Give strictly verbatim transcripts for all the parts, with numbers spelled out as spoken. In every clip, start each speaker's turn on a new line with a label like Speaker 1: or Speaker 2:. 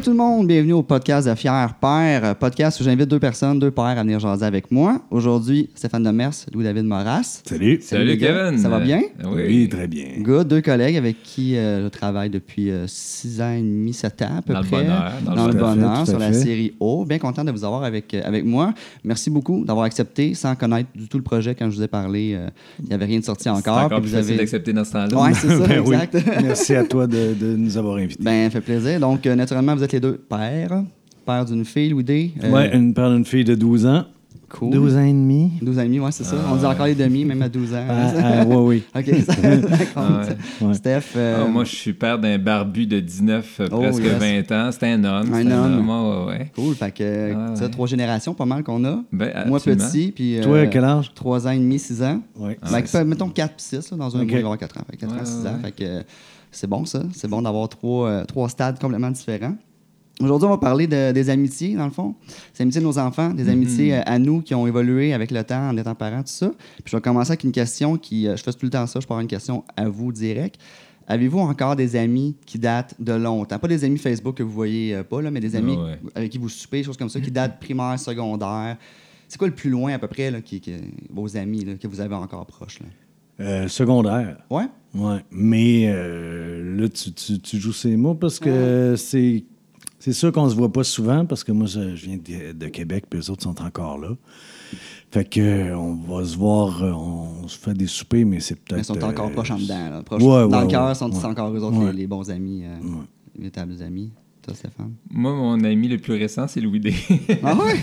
Speaker 1: Salut tout le monde, bienvenue au podcast de Fier Père, podcast où j'invite deux personnes, deux pères à venir jaser avec moi. Aujourd'hui, Stéphane Demers, Louis-David Moras.
Speaker 2: Salut.
Speaker 3: Salut, Salut Kevin.
Speaker 1: Ça va bien?
Speaker 2: Oui, oui très bien.
Speaker 1: Good, deux collègues avec qui euh, je travaille depuis euh, six ans et demi, sept ans à peu
Speaker 3: dans
Speaker 1: près.
Speaker 3: Le bonheur, dans,
Speaker 1: dans
Speaker 3: le
Speaker 1: le bonheur,
Speaker 2: fait,
Speaker 1: sur la
Speaker 2: fait.
Speaker 1: série O. Bien content de vous avoir avec, euh, avec moi. Merci beaucoup d'avoir accepté sans connaître du tout le projet quand je vous ai parlé. Euh, il n'y avait rien de sorti encore.
Speaker 3: C'est encore
Speaker 1: puis
Speaker 3: plus
Speaker 1: vous
Speaker 3: facile
Speaker 1: avez...
Speaker 3: d'accepter dans ce temps-là.
Speaker 1: Oui, c'est ça,
Speaker 2: ben
Speaker 1: exact.
Speaker 2: Oui. Merci à toi de, de nous avoir invités.
Speaker 1: Ben, ça fait plaisir. Donc, euh, naturellement, vous êtes les deux pères. Père d'une fille, Louis-D.
Speaker 2: Euh... Oui, une père d'une fille de douze ans.
Speaker 1: Cool.
Speaker 2: douze ans et demi.
Speaker 1: douze ans et demi, oui, c'est ça. Ah, On dit encore les demi, même à douze ans.
Speaker 2: Ah, ah, oui, oui.
Speaker 1: OK, ça compte.
Speaker 3: Ah, ouais.
Speaker 1: Steph. Euh...
Speaker 3: Ah, moi, je suis père d'un barbu de dix-neuf, euh, oh, presque yes. vingt ans. C'était un homme.
Speaker 1: Un homme.
Speaker 3: homme. Ouais, ouais.
Speaker 1: Cool. Fait que,
Speaker 3: ah,
Speaker 1: ça,
Speaker 3: ouais.
Speaker 1: trois générations, pas mal qu'on a.
Speaker 3: Ben,
Speaker 1: moi, petit. Puis,
Speaker 2: Toi,
Speaker 1: euh,
Speaker 2: quel âge?
Speaker 1: trois ans et demi, six ans.
Speaker 2: Oui.
Speaker 1: Ah, ben, ouais, mettons quatre puis six, là, dans un okay. mois, il va y avoir quatre ans. Fait quatre
Speaker 3: ouais,
Speaker 1: ans, six ans.
Speaker 3: Ouais.
Speaker 1: Fait que c'est bon, ça. C'est bon d'avoir trois, euh, trois stades complètement différents. Aujourd'hui, on va parler de, des amitiés, dans le fond. Des amitiés de nos enfants, des amitiés mm-hmm. à nous qui ont évolué avec le temps en étant parents, tout ça. Puis je vais commencer avec une question qui... Je fais tout le temps ça, je pars une question à vous direct. Avez-vous encore des amis qui datent de longtemps? Pas des amis Facebook que vous voyez euh, pas, là, mais des amis oh, ouais. avec qui vous soupez, des choses comme ça, qui datent primaire, secondaire. C'est quoi le plus loin à peu près, là, qui, qui, vos amis là, que vous avez encore proches? Là?
Speaker 2: Euh, secondaire.
Speaker 1: Ouais?
Speaker 2: Ouais. Mais euh, là, tu, tu, tu joues ces mots parce que ouais. c'est... C'est sûr qu'on se voit pas souvent parce que moi, je, je viens de, de Québec puis eux autres sont encore là. Fait que on va se voir, on se fait des soupers, mais c'est peut-être...
Speaker 1: Mais ils sont encore euh, proches en dedans. Là. Proches,
Speaker 2: ouais,
Speaker 1: dans
Speaker 2: ouais,
Speaker 1: le cœur,
Speaker 2: ouais,
Speaker 1: sont
Speaker 2: ouais.
Speaker 1: encore eux autres
Speaker 2: ouais.
Speaker 1: les, les bons amis, euh,
Speaker 2: ouais.
Speaker 1: les véritables amis. Toi, Stéphane?
Speaker 3: Moi, mon ami le plus récent, c'est Louis-D.
Speaker 1: Ah ouais?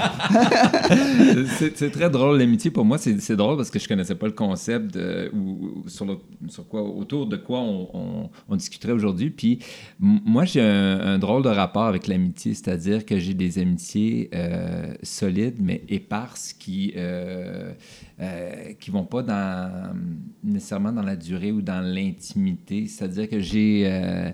Speaker 3: c'est, c'est très drôle, l'amitié. Pour moi, c'est, c'est drôle parce que je connaissais pas le concept de, ou, ou sur, le, sur quoi, autour de quoi on, on, on discuterait aujourd'hui. Puis m- moi, j'ai un, un drôle de rapport avec l'amitié, c'est-à-dire que j'ai des amitiés euh, solides, mais éparses, qui euh, euh, qui vont pas dans, nécessairement dans la durée ou dans l'intimité. C'est-à-dire que j'ai... Euh,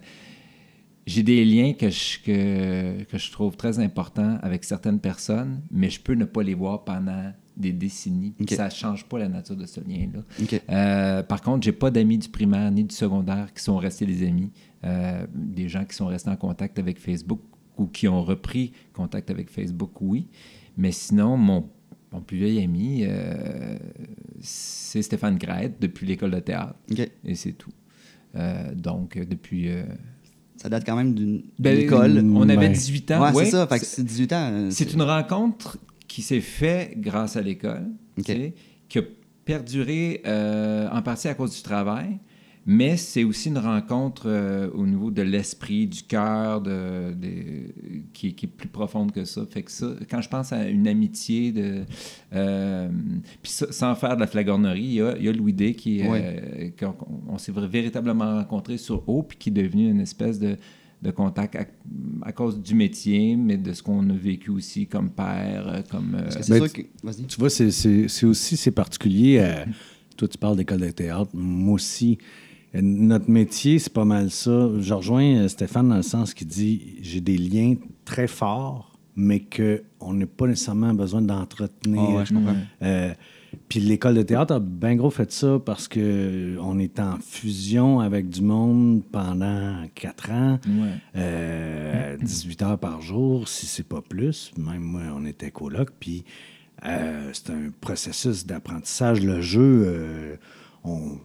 Speaker 3: J'ai des liens que je, que, que je trouve très importants avec certaines personnes, mais je peux ne pas les voir pendant des décennies. Okay. Ça ne change pas la nature de ce lien-là.
Speaker 1: Okay.
Speaker 3: Euh, par contre, je n'ai pas d'amis du primaire ni du secondaire qui sont restés des amis. Euh, des gens qui sont restés en contact avec Facebook ou qui ont repris contact avec Facebook, oui. Mais sinon, mon, mon plus vieil ami, euh, c'est Stéphane Grette depuis l'école de théâtre.
Speaker 1: Okay.
Speaker 3: Et c'est tout. Euh, donc, depuis... Euh,
Speaker 1: Ça date quand même d'une, d'une
Speaker 3: ben,
Speaker 1: école.
Speaker 3: On avait dix-huit ans.
Speaker 1: Ouais,
Speaker 3: ouais,
Speaker 1: c'est ça. Fait que c'est dix-huit ans.
Speaker 3: C'est, c'est une rencontre qui s'est faite grâce à l'école, okay. qui a perduré euh, en partie à cause du travail, mais c'est aussi une rencontre euh, au niveau de l'esprit, du cœur, de, de, qui, qui est plus profonde que ça. Fait que ça, quand je pense à une amitié, de, euh, puis sans faire de la flagornerie, il y a, il y a Louis-D qui, ouais. euh, qu'on on s'est véritablement rencontrés sur eau, puis qui est devenu une espèce de, de contact à, à cause du métier, mais de ce qu'on a vécu aussi comme père, comme... Euh,
Speaker 1: c'est sûr que... Vas-y.
Speaker 2: Tu vois, c'est, c'est, c'est aussi, c'est particulier. À... Toi, tu parles d'école de théâtre. Moi aussi... Notre métier, c'est pas mal ça. Je rejoins Stéphane dans le sens qu'il dit « j'ai des liens très forts, mais qu'on n'a pas nécessairement besoin d'entretenir.
Speaker 1: Oh, ouais, je comprends.
Speaker 2: Euh, puis l'école de théâtre a bien gros fait ça parce qu'on est en fusion avec du monde pendant quatre ans,
Speaker 3: ouais.
Speaker 2: euh, dix-huit heures par jour, si c'est pas plus. Même moi, on était coloc, puis euh, c'est un processus d'apprentissage. Le jeu... Euh, On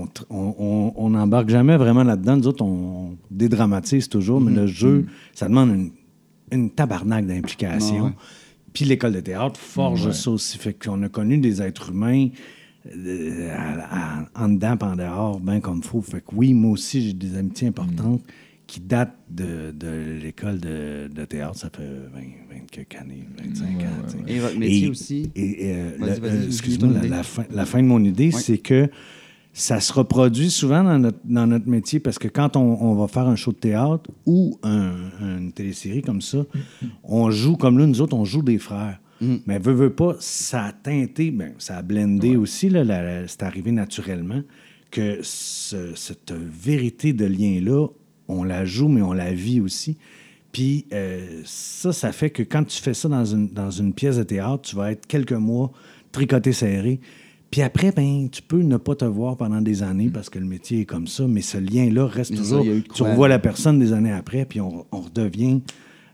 Speaker 2: on, on n'embarque jamais vraiment là-dedans. Nous autres, on, on dédramatise toujours, mais mm-hmm. le jeu, ça demande une, une tabarnak d'implication. Ouais. Puis l'école de théâtre forge ouais. ça aussi. Fait qu'on a connu des êtres humains euh, à, à, en dedans, en dehors, bien comme il faut. Fait que oui, moi aussi, j'ai des amitiés importantes mm-hmm. qui datent de, de l'école de, de théâtre. Ça fait vingt, vingt quelques années, vingt-cinq ouais, ans.
Speaker 1: Ouais, ouais. Et votre métier
Speaker 2: et,
Speaker 1: aussi?
Speaker 2: Et, et, euh,
Speaker 1: vas-y,
Speaker 2: le,
Speaker 1: vas-y,
Speaker 2: euh, excuse-moi, la, la, fin, la fin de mon idée, ouais. c'est que ça se reproduit souvent dans notre, dans notre métier parce que quand on, on va faire un show de théâtre ou un, une télésérie comme ça, mm-hmm. on joue, comme là, nous autres, on joue des frères. Mm-hmm. Mais veut, veut pas, ça a teinté, bien, ça a blendé ouais. aussi, là, la, la, c'est arrivé naturellement, que ce, cette vérité de lien-là, on la joue, mais on la vit aussi. Puis euh, ça, ça fait que quand tu fais ça dans une, dans une pièce de théâtre, tu vas être quelques mois tricoté serré. Puis après, ben, tu peux ne pas te voir pendant des années parce que le métier est comme ça, mais ce lien-là reste mais toujours. Ça, tu revois la personne des années après, puis on, on redevient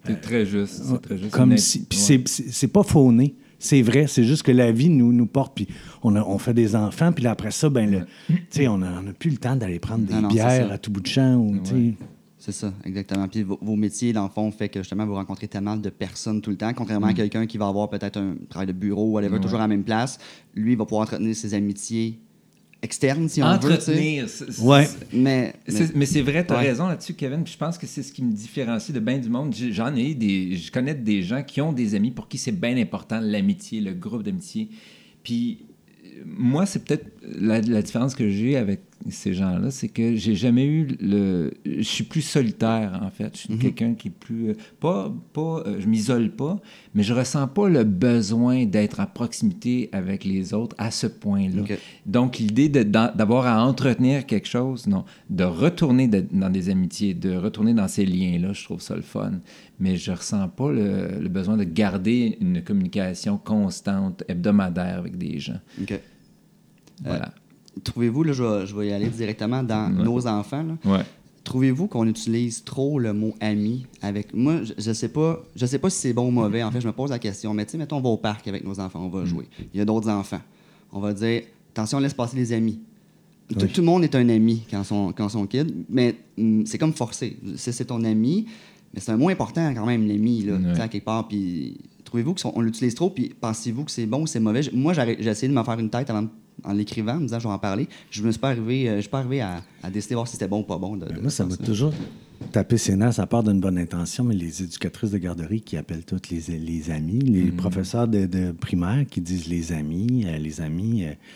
Speaker 3: C'est très juste. C'est très juste.
Speaker 2: Comme si, puis ouais. c'est, c'est, c'est pas fauné. C'est vrai, c'est juste que la vie nous, nous porte, puis on, a, on fait des enfants, puis après ça, ben le, ouais. on n'a plus le temps d'aller prendre des non, non, bières à tout bout de champ. Ou, ouais.
Speaker 1: C'est ça, exactement. Puis vos, vos métiers, dans le fond, fait que justement, vous rencontrez tellement de personnes tout le temps, contrairement mm. à quelqu'un qui va avoir peut-être un travail de bureau ou whatever, ouais. toujours à la même place. Lui, il va pouvoir entretenir ses amitiés externes, si on
Speaker 3: entretenir,
Speaker 1: veut.
Speaker 3: C'est,
Speaker 1: ouais.
Speaker 3: c'est,
Speaker 1: mais,
Speaker 3: c'est, mais... mais c'est vrai, tu as
Speaker 1: ouais.
Speaker 3: raison là-dessus, Kevin. Puis je pense que c'est ce qui me différencie de bien du monde. J'en ai des... Je connais des gens qui ont des amis pour qui c'est bien important, l'amitié, le groupe d'amitié. Puis moi, c'est peut-être la, la différence que j'ai avec ces gens-là, c'est que j'ai jamais eu le... Je suis plus solitaire, en fait. Je suis mm-hmm. quelqu'un qui est plus... Pas... pas euh, je m'isole pas, mais je ressens pas le besoin d'être à proximité avec les autres à ce point-là. Okay. Donc, l'idée de, d'avoir à entretenir quelque chose, non. De retourner de, dans des amitiés, de retourner dans ces liens-là, je trouve ça le fun. Mais je ressens pas le, le besoin de garder une communication constante, hebdomadaire avec des gens.
Speaker 1: OK.
Speaker 3: Voilà.
Speaker 1: Euh, trouvez-vous, là, je vais, je vais y aller directement dans ouais. nos enfants, là.
Speaker 3: Ouais.
Speaker 1: Trouvez-vous qu'on utilise trop le mot « ami » avec... Moi, je, je sais pas je sais pas si c'est bon ou mauvais. En fait, je me pose la question. Mais tu sais, mettons, on va au parc avec nos enfants, on va jouer. Il y a d'autres enfants. On va dire, attention, laisse passer les amis. Oui. Tout, tout le monde est un ami quand ils sont, quand sont kids, mais mm, c'est comme forcé. C'est, c'est ton ami, mais c'est un mot important quand même, l'ami, là, oui. à quelque part. Puis, trouvez-vous qu'on l'utilise trop, puis pensez-vous que c'est bon ou c'est mauvais? Moi, j'ai, j'ai essayé de m'en faire une tête avant, en l'écrivant, en me disant je vais en parler. Je ne me suis pas arrivé, euh, je suis pas arrivé à, à décider voir si c'était bon ou pas bon. De, de
Speaker 2: moi, ça m'a ça. toujours tapé ses nerfs. Ça part d'une bonne intention, mais les éducatrices de garderie qui appellent toutes les, les amis, les mm-hmm. professeurs de, de primaire qui disent les amis, euh, les amis. Euh,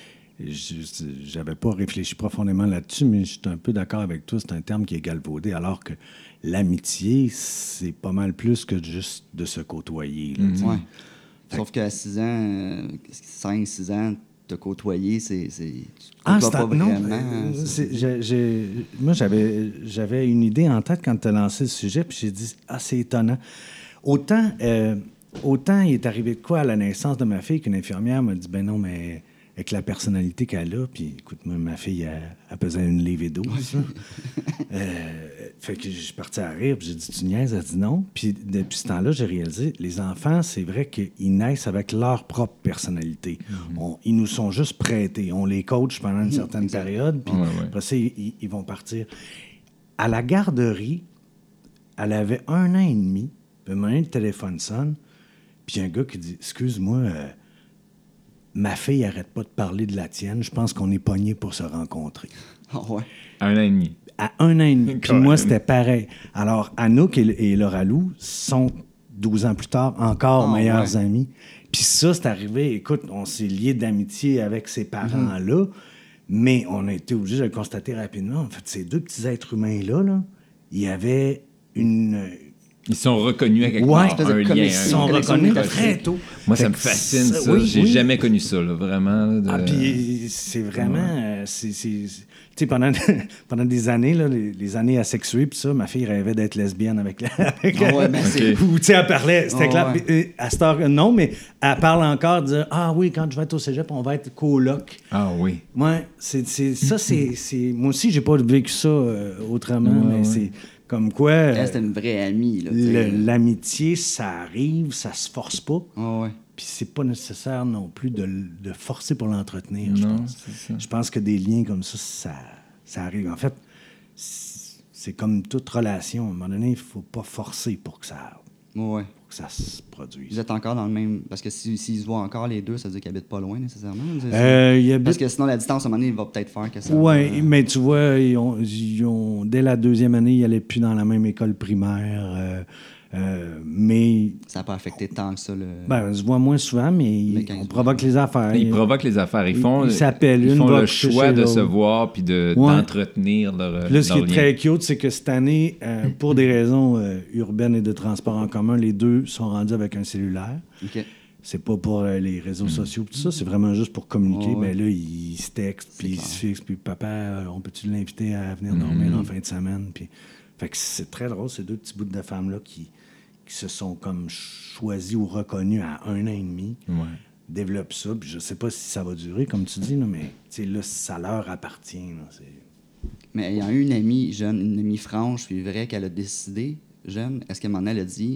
Speaker 2: je n'avais pas réfléchi profondément là-dessus, mais je suis un peu d'accord avec toi. C'est un terme qui est galvaudé, alors que l'amitié, c'est pas mal plus que juste de se côtoyer. Là,
Speaker 1: mm-hmm. ouais. Sauf qu'à six ans, cinq six ans, te côtoyer, c'est... c'est
Speaker 2: ah, c'est pas vraiment. Non, c'est, j'ai, j'ai, moi, j'avais, j'avais une idée en tête quand tu as lancé le sujet, puis j'ai dit, ah, c'est étonnant. Autant, euh, autant il est arrivé de quoi à la naissance de ma fille qu'une infirmière m'a dit, ben non, mais avec la personnalité qu'elle a, puis écoute, moi, ma fille, elle, elle pesait une livre et douze. euh, fait que je suis parti à rire, puis j'ai dit, tu niaises? Elle dit non. Puis depuis ce temps-là, j'ai réalisé, les enfants, c'est vrai qu'ils naissent avec leur propre personnalité. Mm-hmm. On, ils nous sont juste prêtés. On les coach pendant une certaine mm-hmm. période, puis ouais, ouais. après ça, ils, ils vont partir. À la garderie, elle avait un an et demi, puis un le téléphone sonne, puis un gars qui dit, excuse-moi, euh, ma fille arrête pas de parler de la tienne. Je pense qu'on est pognés pour se rencontrer.
Speaker 1: Oh ouais.
Speaker 3: À un an et demi.
Speaker 2: À un an et demi. Puis moi, c'était pareil. Alors, Anouk et, et Laura Lou sont, douze ans plus tard, encore oh, meilleurs ouais. amis. Puis ça, c'est arrivé. Écoute, on s'est liés d'amitié avec ces parents-là, mm-hmm. mais on a été obligés de le constater rapidement. En fait, ces deux petits êtres humains-là, là, il y avait une...
Speaker 3: Ils sont reconnus à quelque
Speaker 2: ouais,
Speaker 3: part, un lien.
Speaker 2: Ils sont reconnus très tôt.
Speaker 3: Moi, fait ça me fascine, ça. ça.
Speaker 2: Oui,
Speaker 3: J'ai
Speaker 2: oui.
Speaker 3: jamais connu ça, là, vraiment. Là, de...
Speaker 2: Ah, puis c'est vraiment... Ouais. Euh, c'est, c'est, c'est... Tu sais, pendant, pendant des années, là, les, les années asexuées, puis ça, ma fille rêvait d'être lesbienne avec la... Avec
Speaker 1: oh, ouais, ben
Speaker 2: okay. Ou, tu sais, elle parlait, c'était
Speaker 1: oh,
Speaker 2: clair.
Speaker 1: Ouais.
Speaker 2: À cette heure, non, mais elle parle encore de « Ah oui, quand je vais être au cégep, on va être coloc. »
Speaker 3: Ah oui.
Speaker 2: Ouais, c'est, c'est, ça, c'est, c'est... Moi aussi, j'ai pas vécu ça euh, autrement, ouais, mais ouais. c'est... Comme quoi...
Speaker 1: Elle, c'était une vraie amie. Là,
Speaker 2: le, l'amitié, ça arrive, ça se force pas.
Speaker 1: Oh, ouais.
Speaker 2: Puis c'est pas nécessaire non plus de, de forcer pour l'entretenir,
Speaker 3: non,
Speaker 2: je pense.
Speaker 3: C'est ça.
Speaker 2: Je pense que des liens comme ça, ça, ça arrive. En fait, c'est comme toute relation. À un moment donné, il faut pas forcer pour que ça...
Speaker 1: Oh, ouais.
Speaker 2: que ça se produise.
Speaker 1: Vous êtes encore dans le même... Parce que s'ils si, si se voient encore les deux, ça veut dire qu'ils habitent pas loin, nécessairement?
Speaker 2: Euh, il habite...
Speaker 1: Parce que sinon, la distance, à un moment donné, il va peut-être faire que ça...
Speaker 2: Oui,
Speaker 1: euh...
Speaker 2: mais tu vois, ils ont, ils ont, dès la deuxième année, ils n'allaient plus dans la même école primaire. Euh, euh, mais...
Speaker 1: Ça n'a pas affecté tant que ça, le...
Speaker 2: Ben, on se voit moins souvent, mais, mais on provoque les affaires.
Speaker 3: Ils provoquent les affaires. Ils font,
Speaker 2: ils, ils s'appellent.
Speaker 3: Ils
Speaker 2: une
Speaker 3: font
Speaker 2: va
Speaker 3: le choix de se voir puis de,
Speaker 2: ouais.
Speaker 3: d'entretenir leur
Speaker 2: Puis là, ce
Speaker 3: leur
Speaker 2: qui est
Speaker 3: lien.
Speaker 2: très cute, c'est que cette année, euh, pour des raisons euh, urbaines et de transport en commun, les deux sont rendus avec un cellulaire.
Speaker 1: OK.
Speaker 2: C'est pas pour euh, les réseaux mm. sociaux, tout ça. C'est vraiment juste pour communiquer.
Speaker 1: Oh, ouais.
Speaker 2: Ben là, ils se textent, puis ils se fixent. Puis papa, euh, on peut-tu l'inviter à venir dormir mm. en fin de semaine? Puis... Fait que c'est très drôle, ces deux petits bouts de femmes-là qui... qui se sont comme choisis ou reconnus à un an et demi,
Speaker 3: ouais.
Speaker 2: développent ça. Puis je sais pas si ça va durer, comme tu dis, là, mais là, ça leur appartient. Là, c'est...
Speaker 1: Mais ayant eu une amie jeune, une amie franche, puis vraie, qu'elle a décidé, jeune, est-ce qu'à un moment donné, elle a dit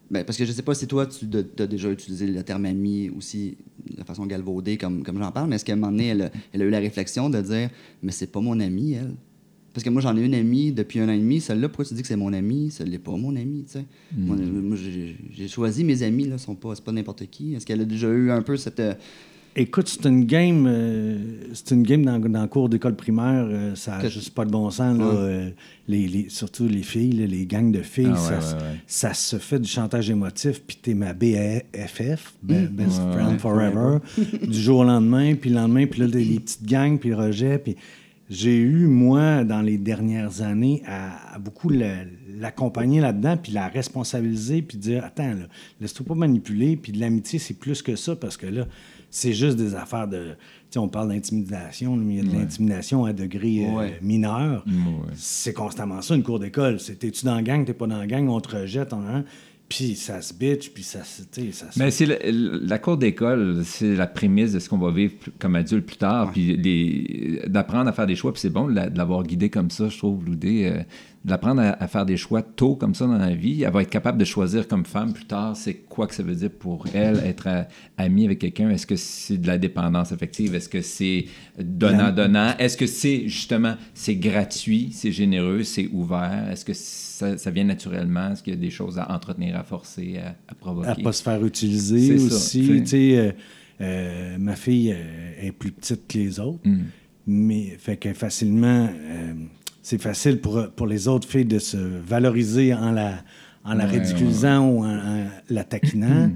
Speaker 1: Ben, parce que je sais pas si toi, tu as déjà utilisé le terme ami aussi de façon galvaudée, comme, comme j'en parle, mais est-ce qu'à un moment donné, elle a, elle a eu la réflexion de dire « Mais c'est pas mon amie, elle. » Parce que moi, j'en ai une amie depuis un an et demi. Celle-là, pourquoi tu dis que c'est mon amie? Ça l'est pas mon amie, tu sais. Mm. Moi, moi j'ai, j'ai choisi mes amis, là, sont pas, c'est pas n'importe qui. Est-ce qu'elle a déjà eu un peu cette... Euh...
Speaker 2: Écoute, c'est une game, euh, c'est une game dans, dans le cours d'école primaire, euh, ça n'a juste pas de bon sens, là. Ouais. Euh, les, les, surtout les filles, là, les gangs de filles, ah, ouais, ça, ouais, ouais. ça se fait du chantage émotif, puis t'es ma B F F, mm. Best ouais, Friend ouais, Forever, du jour au lendemain, puis le lendemain, puis là, les, les petites gangs, puis le rejet, puis... J'ai eu, moi, dans les dernières années, à, à beaucoup le, l'accompagner là-dedans, puis la responsabiliser, puis dire, attends, là, laisse-toi pas manipuler, puis de l'amitié, c'est plus que ça, parce que là, c'est juste des affaires de... Tu sais, on parle d'intimidation, mais il y a de ouais. l'intimidation à degré euh, ouais. mineur. Ouais. C'est constamment ça, une cour d'école. C'est, t'es-tu dans la gang, t'es pas dans la gang, on te rejette, on... Hein? Puis ça se bitch, puis ça se... Ça se...
Speaker 3: Mais c'est le, la cour d'école, c'est la prémisse de ce qu'on va vivre comme adulte plus tard, ouais. puis les, d'apprendre à faire des choix, puis c'est bon de, la, de l'avoir guidé comme ça, je trouve, Loudé, euh, d'apprendre à, à faire des choix tôt comme ça dans la vie. Elle va être capable de choisir comme femme plus tard, c'est quoi que ça veut dire pour elle, être à, amie avec quelqu'un. Est-ce que c'est de la dépendance affective? Est-ce que c'est donnant-donnant? Est-ce que c'est, justement, c'est gratuit, c'est généreux, c'est ouvert? Est-ce que ça, ça vient naturellement? Est-ce qu'il y a des choses à entretenir, à forcer, à, à provoquer?
Speaker 2: À ne pas se faire utiliser c'est aussi. Tu sais, euh, euh, ma fille euh, est plus petite que les autres, mm. mais fait que facilement... Euh, c'est facile pour, pour les autres filles de se valoriser en la, en la ouais, ridiculisant ouais. ou en, en la taquinant.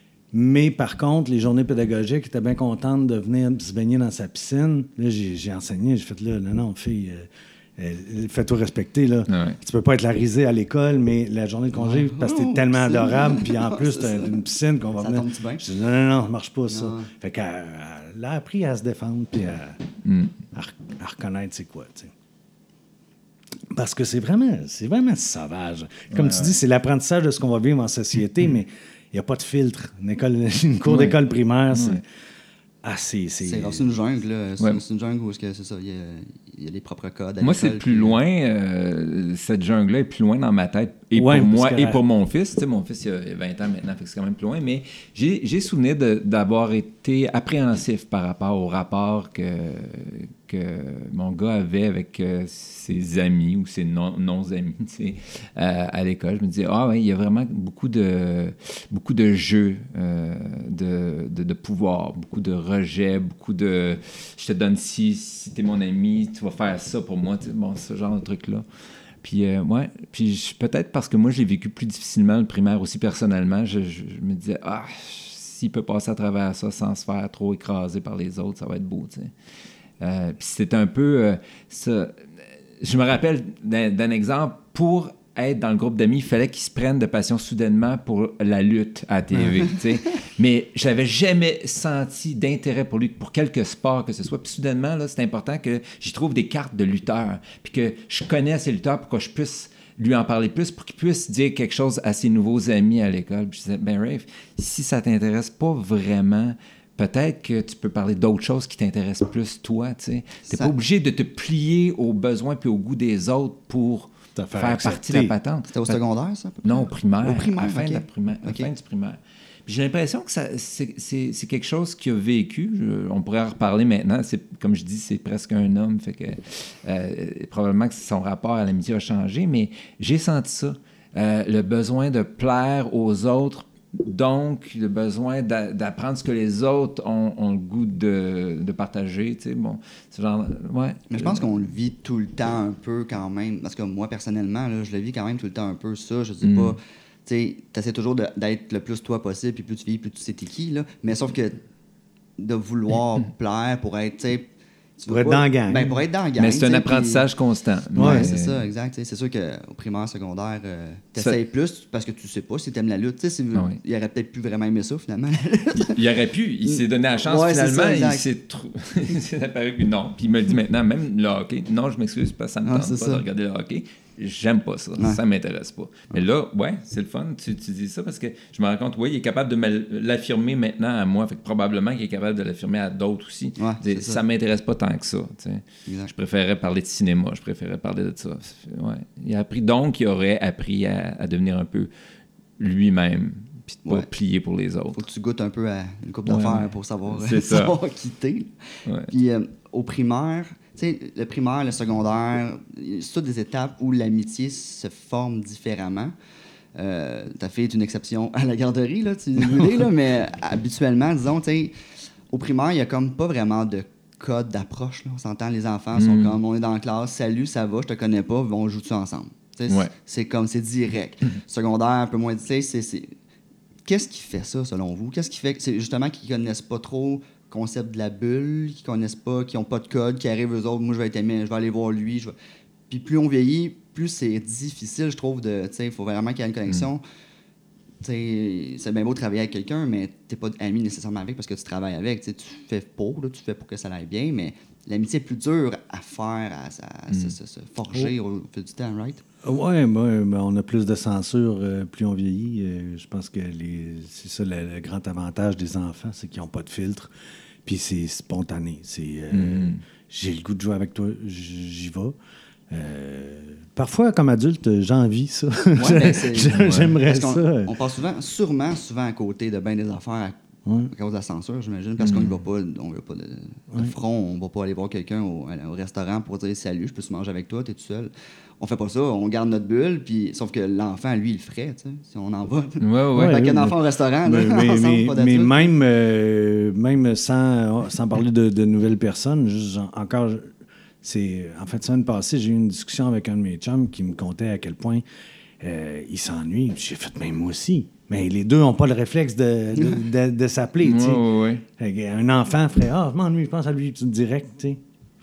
Speaker 2: Mais par contre, les journées pédagogiques étaient bien contentes de venir se baigner dans sa piscine. Là, j'ai, j'ai enseigné, j'ai fait là, non, non, fille, euh, euh, fais-toi respecter. Là. Ouais. Tu peux pas être la risée à l'école, mais la journée de congé, ouais. parce que t'es tellement piscine. Adorable, puis en plus, t'as une piscine qu'on va ça venir. Je dis non, non, non, ça marche pas, ça. Non. Fait qu'elle elle a appris à se défendre, puis à, mm. à, à reconnaître c'est quoi, tu sais. Parce que c'est vraiment, c'est vraiment sauvage. Comme ouais, tu ouais. dis, c'est l'apprentissage de ce qu'on va vivre en société, mais il n'y a pas de filtre. Une, école, une cour ouais. d'école primaire, c'est... Ouais. Ah, c'est... C'est,
Speaker 1: c'est, c'est une jungle, là. C'est, ouais. c'est une jungle où c'est ça, il y a, il y a les propres codes.
Speaker 3: Moi, c'est plus puis... loin, euh, cette jungle-là est plus loin dans ma tête, et ouais, pour moi et pour mon fils. Tu sais, mon fils, il a vingt ans maintenant, fait que c'est quand même plus loin, mais j'ai, j'ai souvenir de, d'avoir été appréhensif par rapport au rapport que... que mon gars avait avec euh, ses amis ou ses non, non-amis, tu sais, euh, à l'école. Je me disais, ah oui, il y a vraiment beaucoup de, beaucoup de jeux euh, de, de, de pouvoir, beaucoup de rejet, beaucoup de je te donne ci, si t'es mon ami, tu vas faire ça pour moi, tu sais, bon, ce genre de truc-là. Puis, euh, ouais, puis je, peut-être parce que moi, j'ai vécu plus difficilement le primaire aussi personnellement, je, je, je me disais, ah, s'il peut passer à travers ça sans se faire trop écraser par les autres, ça va être beau, tu sais. Euh, puis c'était un peu euh, ça. Je me rappelle d'un, d'un exemple, pour être dans le groupe d'amis, il fallait qu'ils se prennent de passion soudainement pour la lutte à la T V. Mais je n'avais jamais senti d'intérêt pour lui, pour quelque sport que ce soit. Puis soudainement, là, c'est important que j'y trouve des cartes de lutteurs, puis que je connais ces lutteurs pour que je puisse lui en parler plus, pour qu'il puisse dire quelque chose à ses nouveaux amis à l'école. Puis je disais, ben Rafe, si ça t'intéresse pas vraiment... peut-être que tu peux parler d'autres choses qui t'intéressent plus, toi, tu sais. T'es ça... pas obligé de te plier aux besoins puis aux goûts des autres pour faire, faire partie de la patente.
Speaker 1: C'était au secondaire, ça?
Speaker 3: Non, au primaire.
Speaker 1: Au primaire,
Speaker 3: à la fin,
Speaker 1: okay.
Speaker 3: de la primaire, à
Speaker 1: okay.
Speaker 3: la fin du primaire. Puis j'ai l'impression que ça, c'est, c'est, c'est quelque chose qu'il a vécu. Je, on pourrait en reparler maintenant. C'est, comme je dis, c'est presque un homme. Fait que euh, probablement que son rapport à l'amitié a changé, mais j'ai senti ça. Euh, le besoin de plaire aux autres. Donc, le besoin d'a- d'apprendre ce que les autres ont, ont le goût de, de partager, tu sais, bon, c'est genre, ouais.
Speaker 1: Mais je pense qu'on le vit tout le temps un peu quand même, parce que moi, personnellement, là, je le vis quand même tout le temps un peu, ça, je sais mm. pas, tu sais, t'essaies toujours de, d'être le plus toi possible, puis plus tu vis, plus tu sais t'es qui, là, mais sauf que de vouloir plaire pour être, tu sais,
Speaker 2: pour être, dans la gang.
Speaker 1: Ben, pour être dans la gang.
Speaker 3: Mais c'est un apprentissage
Speaker 1: puis... constant.
Speaker 3: Oui,
Speaker 1: ouais, c'est ça, exact. T'sais, c'est sûr qu'au primaire, secondaire, euh, t'essayes ça... plus parce que tu sais pas si t'aimes la lutte. Si, ah oui. Il aurait peut-être plus vraiment aimé ça, finalement.
Speaker 3: il, il aurait pu. Il s'est donné la chance, ouais, finalement. Ça, il s'est, trou... il s'est apparu que non. Puis il me le dit maintenant, même le hockey. Non, je m'excuse pas, ça me tente ah, pas ça. de regarder le hockey. J'aime pas ça. Ouais. Ça m'intéresse pas. Mais là, ouais, c'est le fun. Tu, tu dis ça parce que je me rends compte, oui, il est capable de l'affirmer maintenant à moi. Fait que probablement qu'il est capable de l'affirmer à d'autres aussi. Ouais, c'est ça. Ça m'intéresse pas tant que ça. Je préférais parler de cinéma. Je préférais parler de ça. Ouais. Il a appris, donc, il aurait appris à, à devenir un peu lui-même, puis de pas
Speaker 1: Ouais.
Speaker 3: plier pour les autres.
Speaker 1: Faut que tu goûtes un peu à une coupe
Speaker 3: Ouais,
Speaker 1: d'affaires
Speaker 3: ouais.
Speaker 1: pour savoir,
Speaker 3: C'est ça.
Speaker 1: savoir quitter.
Speaker 3: Ouais.
Speaker 1: Puis euh, au primaire, tu sais, le primaire, le secondaire, c'est toutes des étapes où l'amitié se forme différemment. Euh, ta fille est une exception à la garderie, là, tu dis, là, mais habituellement, disons, tu sais, au primaire, il y a comme pas vraiment de code d'approche. Là. On s'entend, les enfants sont
Speaker 3: Mm.
Speaker 1: comme, on est dans la classe, salut, ça va, je te connais pas, on joue-tu ensemble? Tu sais,
Speaker 3: Ouais.
Speaker 1: c'est, c'est comme, c'est direct. Secondaire, un peu moins, tu sais, c'est, c'est... Qu'est-ce qui fait ça, selon vous? Qu'est-ce qui fait que c'est justement qu'ils connaissent pas trop le concept de la bulle, qu'ils connaissent pas, qu'ils ont pas de code, qui arrivent eux autres, moi je vais être aimé, je vais aller voir lui. Je vais... Puis plus on vieillit, plus c'est difficile, je trouve, de. Tu sais, il faut vraiment qu'il y ait une connexion.
Speaker 3: Mm.
Speaker 1: Tu sais, c'est bien beau de travailler avec quelqu'un, mais t'es pas ami nécessairement avec parce que tu travailles avec. Tu sais, tu fais pour, là, tu fais pour que ça aille bien, mais l'amitié est plus dure à faire, à, à, à se, se- se forger au fil du temps, right?
Speaker 2: Oui, mais on a plus de censure euh, plus on vieillit. Euh, je pense que les, c'est ça le, le grand avantage des enfants, c'est qu'ils n'ont pas de filtre. Puis c'est spontané. C'est euh,
Speaker 3: Mm.
Speaker 2: j'ai le goût de jouer avec toi, j'y vais. Euh, parfois, comme adulte, j'envie ça.
Speaker 1: Ouais, ben, c'est-
Speaker 2: J'ai- J'aimerais
Speaker 1: Parce qu'on
Speaker 2: ça.
Speaker 1: on passe souvent, sûrement souvent à côté de bien des affaires à,
Speaker 2: Ouais.
Speaker 1: à cause de la censure, j'imagine, parce qu'on ne va pas, on veut pas de, de front, on va pas aller voir quelqu'un au, au restaurant pour dire salut, je peux se manger avec toi, t'es tout seul. On fait pas ça, on garde notre bulle, puis sauf que l'enfant, lui, il le ferait, tu sais, si on en va.
Speaker 3: Ouais, ouais.
Speaker 1: Avec
Speaker 2: Ouais,
Speaker 1: un
Speaker 2: mais-
Speaker 1: enfant au restaurant, là,
Speaker 2: Mais, mais-
Speaker 1: ensemble,
Speaker 2: mais-
Speaker 1: pas
Speaker 2: mais
Speaker 1: d'adulte.
Speaker 2: même, euh, même sans, sans parler de, de nouvelles personnes, juste en- encore, c'est en fait, semaine passée, j'ai eu une discussion avec un de mes chums qui me contait à quel point euh, il s'ennuie. J'ai fait, même moi aussi. Mais les deux n'ont pas le réflexe de, de, de- de s'appeler. tu sais.
Speaker 3: Ouais, ouais, ouais.
Speaker 2: Fait que un enfant ferait, ah, je m'ennuie, je pense à lui, tout direct. tu sais.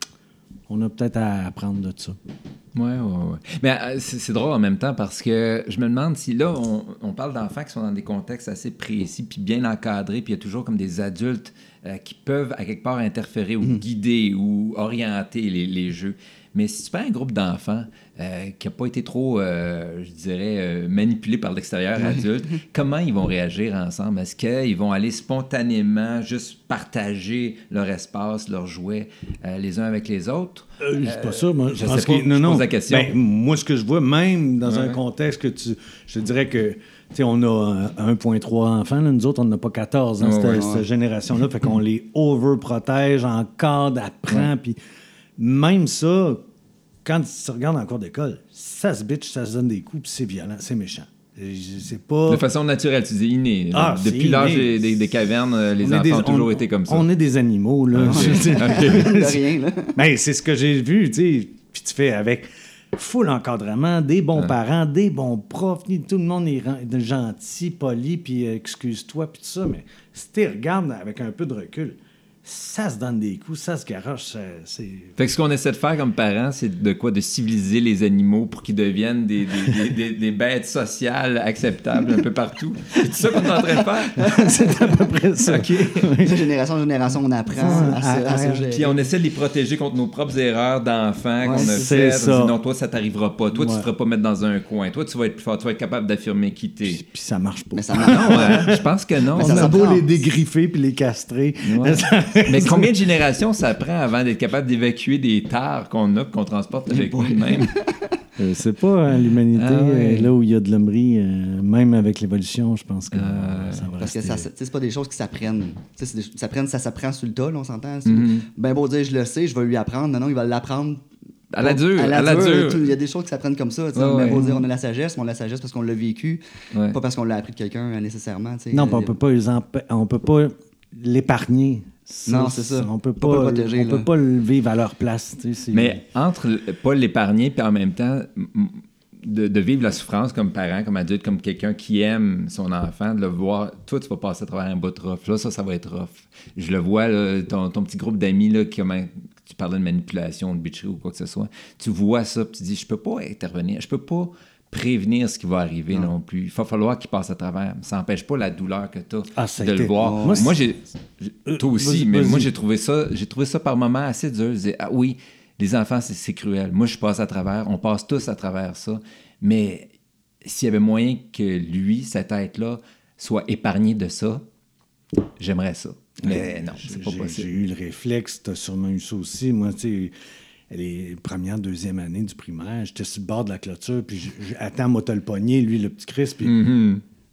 Speaker 2: On a peut-être à apprendre de ça.
Speaker 3: Ouais, ouais, ouais. Mais euh, c'est, c'est drôle en même temps parce que je me demande si là, on, on parle d'enfants qui sont dans des contextes assez précis puis bien encadrés, puis il y a toujours comme des adultes euh, qui peuvent à quelque part interférer ou guider ou orienter les, les jeux. Mais si tu prends un groupe d'enfants euh, qui n'a pas été trop, euh, je dirais, euh, manipulé par l'extérieur adulte, comment ils vont réagir ensemble? Est-ce qu'ils vont aller spontanément juste partager leur espace, leurs jouets euh, les uns avec les autres?
Speaker 2: Euh, c'est pas ça, moi.
Speaker 3: je
Speaker 2: pense
Speaker 3: sais pas,
Speaker 2: que- non,
Speaker 3: je
Speaker 2: non.
Speaker 3: pose la question.
Speaker 2: Ben, moi, ce que je vois, même dans un
Speaker 3: Ouais.
Speaker 2: contexte que tu. Je te dirais que, tu sais, on a un virgule trois enfants, là, nous autres, on n'en a pas quatorze dans
Speaker 3: Ouais,
Speaker 2: cette,
Speaker 3: ouais,
Speaker 2: cette
Speaker 1: ouais.
Speaker 2: génération-là. Fait qu'on les overprotège, encadre, apprend. Puis même ça, quand tu regardes en cours d'école, ça se bitch, ça se donne des coups, puis c'est violent, c'est méchant. Et je- C'est pas.
Speaker 3: De façon naturelle, tu dis innée.
Speaker 2: Ah,
Speaker 3: là.
Speaker 2: c'est
Speaker 3: Depuis l'âge
Speaker 2: inné.
Speaker 3: des, des- des cavernes, euh, les
Speaker 2: on est
Speaker 3: enfants
Speaker 2: des-
Speaker 3: ont toujours
Speaker 2: on-
Speaker 3: été comme ça.
Speaker 2: On est des animaux, là. Je veux dire.
Speaker 1: De rien, là.
Speaker 2: Ben, c'est ce que j'ai vu, tu sais. Puis tu fais avec full encadrement, des bons
Speaker 3: Ouais.
Speaker 2: parents, des bons profs, tout le monde est ren- de gentil, poli, puis euh, excuse-toi, puis tout ça. Mais si tu regardes avec un peu de recul, ça se donne des coups, ça se garoche, ça- c'est...
Speaker 3: Fait que ce qu'on essaie de faire comme parents, c'est de quoi? De civiliser les animaux pour qu'ils deviennent des, des, des, des- des bêtes sociales acceptables un peu partout. C'est tout ça qu'on est en train de faire?
Speaker 2: c'est à peu près ça.
Speaker 3: OK.
Speaker 1: De génération en génération, on apprend à, se, à se
Speaker 2: à-
Speaker 1: gérer.
Speaker 3: Puis on essaie de les protéger contre nos propres erreurs d'enfants
Speaker 1: Ouais,
Speaker 3: qu'on a
Speaker 2: c'est
Speaker 3: faites.
Speaker 2: ça.
Speaker 3: On dit non, toi, ça t'arrivera pas. Toi, tu
Speaker 2: Ouais.
Speaker 3: te feras pas mettre dans un coin. Toi, tu vas être plus fort. Tu vas être capable d'affirmer qui t'es.
Speaker 2: Puis, puis ça marche pas.
Speaker 1: Mais ça marche.
Speaker 3: Non, hein? Je pense que non.
Speaker 1: Mais
Speaker 2: On
Speaker 1: ça
Speaker 2: a
Speaker 1: s'apprend.
Speaker 2: beau les dégriffer puis les castrer.
Speaker 3: Ouais. Mais combien de générations ça prend avant d'être capable d'évacuer des tares qu'on a, qu'on transporte avec nous-mêmes?
Speaker 2: Euh, c'est pas hein, l'humanité,
Speaker 3: Ah ouais.
Speaker 2: euh, là où il y a de l'hommerie, euh, même avec l'évolution, je pense que
Speaker 3: Euh,
Speaker 2: ça va
Speaker 1: Parce que
Speaker 2: rester...
Speaker 1: ça, tu sais, c'est pas des choses qui s'apprennent. Tu sais, c'est des- ça s'apprend, ça s'apprend sur le tas, là, on s'entend. C'est
Speaker 3: Mhm.
Speaker 1: ben beau dire, je le sais, je vais lui apprendre. Non, non, il va l'apprendre.
Speaker 3: À la dure,
Speaker 1: À la,
Speaker 3: à la
Speaker 1: dure.
Speaker 3: dure.
Speaker 1: tout. Il y a des choses qui s'apprennent comme ça. Tu sais.
Speaker 3: Ouais,
Speaker 1: On a
Speaker 3: ouais.
Speaker 1: beau dire, on a la sagesse, mais on a la sagesse parce qu'on l'a vécu,
Speaker 3: Ouais.
Speaker 1: pas parce qu'on l'a appris de quelqu'un euh, nécessairement. tu sais.
Speaker 2: Non, puis on
Speaker 1: Euh,
Speaker 2: peut pas les empa- on peut pas l'épargner.
Speaker 1: Non, c'est ça.
Speaker 2: On peut
Speaker 1: Faut pas
Speaker 2: pas,
Speaker 1: le protéger,
Speaker 2: on
Speaker 1: là.
Speaker 2: peut pas le vivre à leur place. tu sais, c'est-
Speaker 3: Mais entre le- pas l'épargner puis en même temps m- m- de, de vivre la souffrance comme parent, comme adulte, comme quelqu'un qui aime son enfant, de le voir, toi tu vas passer à travers un bout de rough. Là, ça, ça va être rough. Je le vois, là, ton, ton petit groupe d'amis, là, qui, comment, tu parlais de manipulation, de bitcherie ou quoi que ce soit, tu vois ça puis tu dis, je peux pas intervenir, je peux pas prévenir ce qui va arriver non, plus. Il va falloir qu'il passe à travers. Ça n'empêche pas la douleur que tu as
Speaker 2: Ah, ça a
Speaker 3: de
Speaker 2: été-
Speaker 3: le voir.
Speaker 2: Oh.
Speaker 3: Moi,
Speaker 2: Moi,
Speaker 3: j'ai...
Speaker 2: Euh,
Speaker 3: Toi aussi,
Speaker 2: vas-y,
Speaker 3: mais
Speaker 2: vas-y.
Speaker 3: moi, j'ai trouvé ça, j'ai trouvé ça par moments assez dur. Je disais, ah oui, les enfants, c'est, c'est cruel. Moi, je passe à travers. On passe tous à travers ça. Mais s'il y avait moyen que lui, cette être-là, soit épargné de ça, j'aimerais ça. Mais non, c'est pas
Speaker 2: J'ai-
Speaker 3: possible.
Speaker 2: J'ai eu le réflexe, tu as sûrement eu ça aussi. Moi, tu sais, les premières, deuxième année du primaire, j'étais sur le bord de la clôture, puis je- je- attends, moi, t'as le poignet, lui, le petit Chris, puis
Speaker 3: Mhm.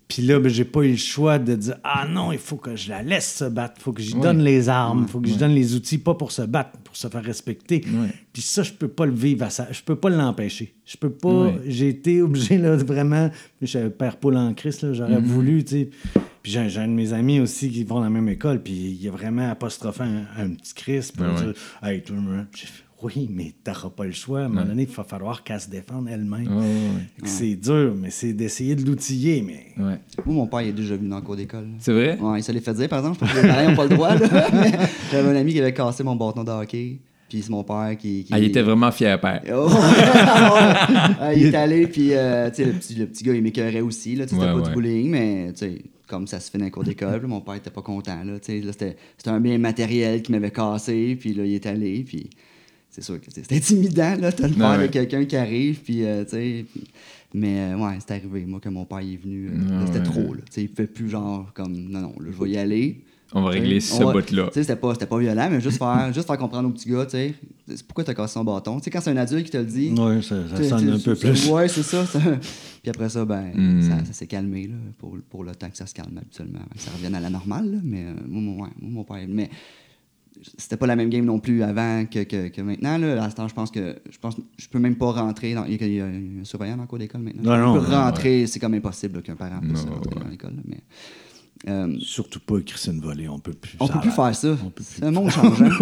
Speaker 2: Puis là, ben, j'ai pas eu le choix de dire « Ah non, il faut que je la laisse se battre. Il faut que j'y
Speaker 3: Ouais.
Speaker 2: donne les armes. Il faut que
Speaker 3: Ouais.
Speaker 2: je donne les outils, pas pour se battre, pour se faire respecter.
Speaker 3: Ouais. »
Speaker 2: Puis ça, je peux pas le vivre à ça. Je peux pas l'empêcher. Je peux pas...
Speaker 3: Ouais.
Speaker 2: J'ai été obligé, là, de vraiment... Je suis père Paul en Christ, là. J'aurais
Speaker 3: Mm-hmm.
Speaker 2: voulu, tu sais... Puis j'ai, j'ai un de mes amis aussi qui vont dans la même école, puis il a vraiment apostrophé un, un petit Christ pour
Speaker 3: Ouais,
Speaker 2: dire
Speaker 3: ouais.
Speaker 2: « Hey, tout le monde... » J'ai fait « Oui, mais t'auras pas le choix. À un moment
Speaker 3: Ouais.
Speaker 2: donné, il va falloir qu'elle se défende elle-même.
Speaker 3: Ouais, ouais,
Speaker 2: Fait que C'est dur, mais c'est d'essayer de l'outiller, mais...
Speaker 3: ouais. Ouais.
Speaker 1: Moi, mon père, il est déjà venu dans le cours d'école. là.
Speaker 3: C'est vrai?
Speaker 1: Ouais, il se l'est fait dire, par exemple. Je pense que les parents n'ont pas le droit. Là. Mais j'avais un ami qui avait cassé mon bâton de hockey. Puis c'est mon père qui. qui...
Speaker 3: Ah, il était vraiment fier, père.
Speaker 1: Oh, ouais. Il est allé, puis euh, tu sais, le petit, le petit gars, il m'écœurait aussi. Là, tu sais, c'était
Speaker 3: Ouais,
Speaker 1: pas
Speaker 3: ouais.
Speaker 1: du bullying, mais tu sais, comme ça se fait dans le cours d'école, là, mon père était pas content. Là, tu sais, là, c'était, c'était un bien matériel qui m'avait cassé, puis là, il est allé, puis c'est sûr que c'est, c'est intimidant, là, t'as le père
Speaker 3: ouais.
Speaker 1: de quelqu'un qui arrive, puis euh, tu sais. Puis... Mais euh, ouais, c'est arrivé, moi, que mon père il est venu. euh, là,
Speaker 3: Ouais,
Speaker 1: c'était
Speaker 3: ouais.
Speaker 1: tu sais, il fait plus genre comme, non, non, là, je vais y aller.
Speaker 3: On va régler
Speaker 1: T'sais,
Speaker 3: ce
Speaker 1: on va-
Speaker 3: bout-là.
Speaker 1: Tu sais, c'était pas, c'était pas violent, mais juste faire, juste faire comprendre aux petits gars, tu sais, c'est pourquoi t'as cassé son bâton. Tu sais, quand c'est un adulte qui te le dit.
Speaker 2: Oui, ça, ça
Speaker 1: t'sais,
Speaker 2: sonne un
Speaker 1: t'sais,
Speaker 2: peu
Speaker 1: c'est-
Speaker 2: plus.
Speaker 1: Ouais, c'est ça, ça. Puis après ça, ben,
Speaker 3: Mm.
Speaker 1: ça, ça s'est calmé, là, pour, pour le temps que ça se calme habituellement, avant que ça revienne à la normale, là. Mais euh, moi, mon, ouais, moi, mon père. Mais c'était pas la même game non plus avant que, que, que maintenant, là. À ce temps, je pense que. Je pense je peux même pas rentrer. Dans, il, y a, il y a un surveillant dans le cours d'école maintenant.
Speaker 2: Non, non,
Speaker 1: je peux
Speaker 2: non,
Speaker 1: rentrer, c'est comme impossible là, qu'un parent puisse
Speaker 3: Non,
Speaker 1: rentrer
Speaker 3: ouais.
Speaker 1: dans l'école, là, mais. Euh,
Speaker 2: Surtout pas Christine Volée, on peut plus.
Speaker 1: on
Speaker 2: ça
Speaker 1: peut plus
Speaker 2: a-
Speaker 1: faire ça.
Speaker 2: on peut plus.
Speaker 1: Le monde change. Hein?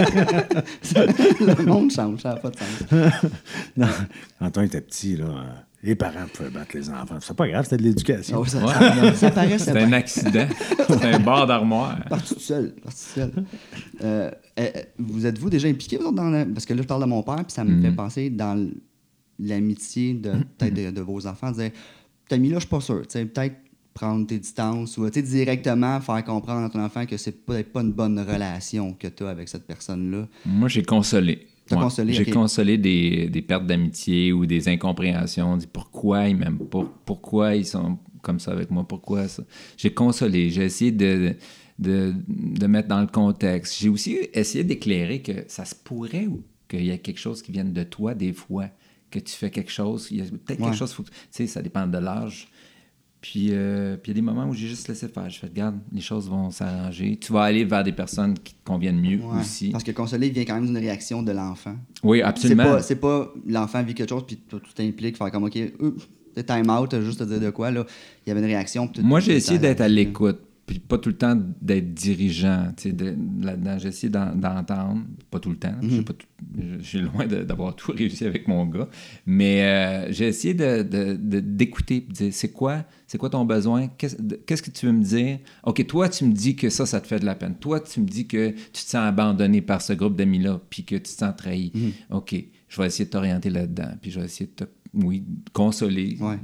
Speaker 1: Le monde change, ça n'a pas de sens.
Speaker 2: Non, quand on était petit, là, euh, les parents pouvaient battre les enfants. C'est pas grave, c'était de l'éducation.
Speaker 1: Oh, ça,
Speaker 3: Ouais.
Speaker 1: ça, ça paraît, c'est
Speaker 3: C'est un accident. C'est un bar d'armoire.
Speaker 1: parti tout seul. Parti tout seul. Euh, euh, vous êtes-vous déjà impliqué vous autres, dans la... Parce que là, je parle de mon père, puis ça me
Speaker 3: Mhm.
Speaker 1: fait penser dans l- l'amitié de, peut-être de, de vos enfants. Dire, cet ami-là, je suis pas sûr. Tu sais, peut-être prendre tes distances ou tu sais, directement faire comprendre à ton enfant que c'est peut-être pas une bonne relation que tu as avec cette personne-là.
Speaker 3: Moi, j'ai consolé.
Speaker 1: T'as
Speaker 3: Ouais.
Speaker 1: consolé,
Speaker 3: J'ai
Speaker 1: ok.
Speaker 3: consolé des, des pertes d'amitié ou des incompréhensions. Dit pourquoi ils m'aiment pas, pourquoi ils sont comme ça avec moi, pourquoi ça. J'ai consolé, j'ai essayé de, de, de mettre dans le contexte. J'ai aussi essayé d'éclairer que ça se pourrait ou qu'il y a quelque chose qui vienne de toi des fois, que tu fais quelque chose. Il y a peut-être
Speaker 1: Ouais.
Speaker 3: quelque chose, faut que- tu sais, ça dépend de l'âge. Puis, euh, puis il y a des moments où j'ai juste laissé faire. Je fais, regarde, les choses vont s'arranger. Tu vas aller vers des personnes qui te conviennent mieux
Speaker 1: Ouais.
Speaker 3: aussi.
Speaker 1: Parce que consoler vient quand même d'une réaction de l'enfant.
Speaker 3: Oui,
Speaker 1: C'est
Speaker 3: absolument.
Speaker 1: pas, c'est pas l'enfant vit quelque chose, puis tout, tout implique, faire comme, OK, euh, c'est time out, juste te dire de quoi, là. Il y avait une réaction. puis tout-
Speaker 3: Moi, j'ai
Speaker 1: tout
Speaker 3: essayé
Speaker 1: ça,
Speaker 3: d'être à
Speaker 1: là.
Speaker 3: l'écoute, puis pas tout le temps d'être dirigeant. Tu sais, de- là-dedans, j'ai essayé d'en- d'entendre, pas tout le temps.
Speaker 1: Mhm.
Speaker 3: J'ai pas tout- je- je suis loin de- d'avoir tout réussi avec mon gars, mais euh, j'ai essayé de, de- de- d'écouter, puis de dire, c'est quoi, c'est quoi ton besoin? Qu'est-ce, de- qu'est-ce que tu veux me dire? OK, toi, tu me dis que ça, ça te fait de la peine. Toi, tu me dis que tu te sens abandonné par ce groupe d'amis-là, puis que tu te sens trahi.
Speaker 1: Mhm.
Speaker 3: OK, je vais essayer de t'orienter là-dedans, puis je vais essayer de te, oui, consoler,
Speaker 1: Ouais.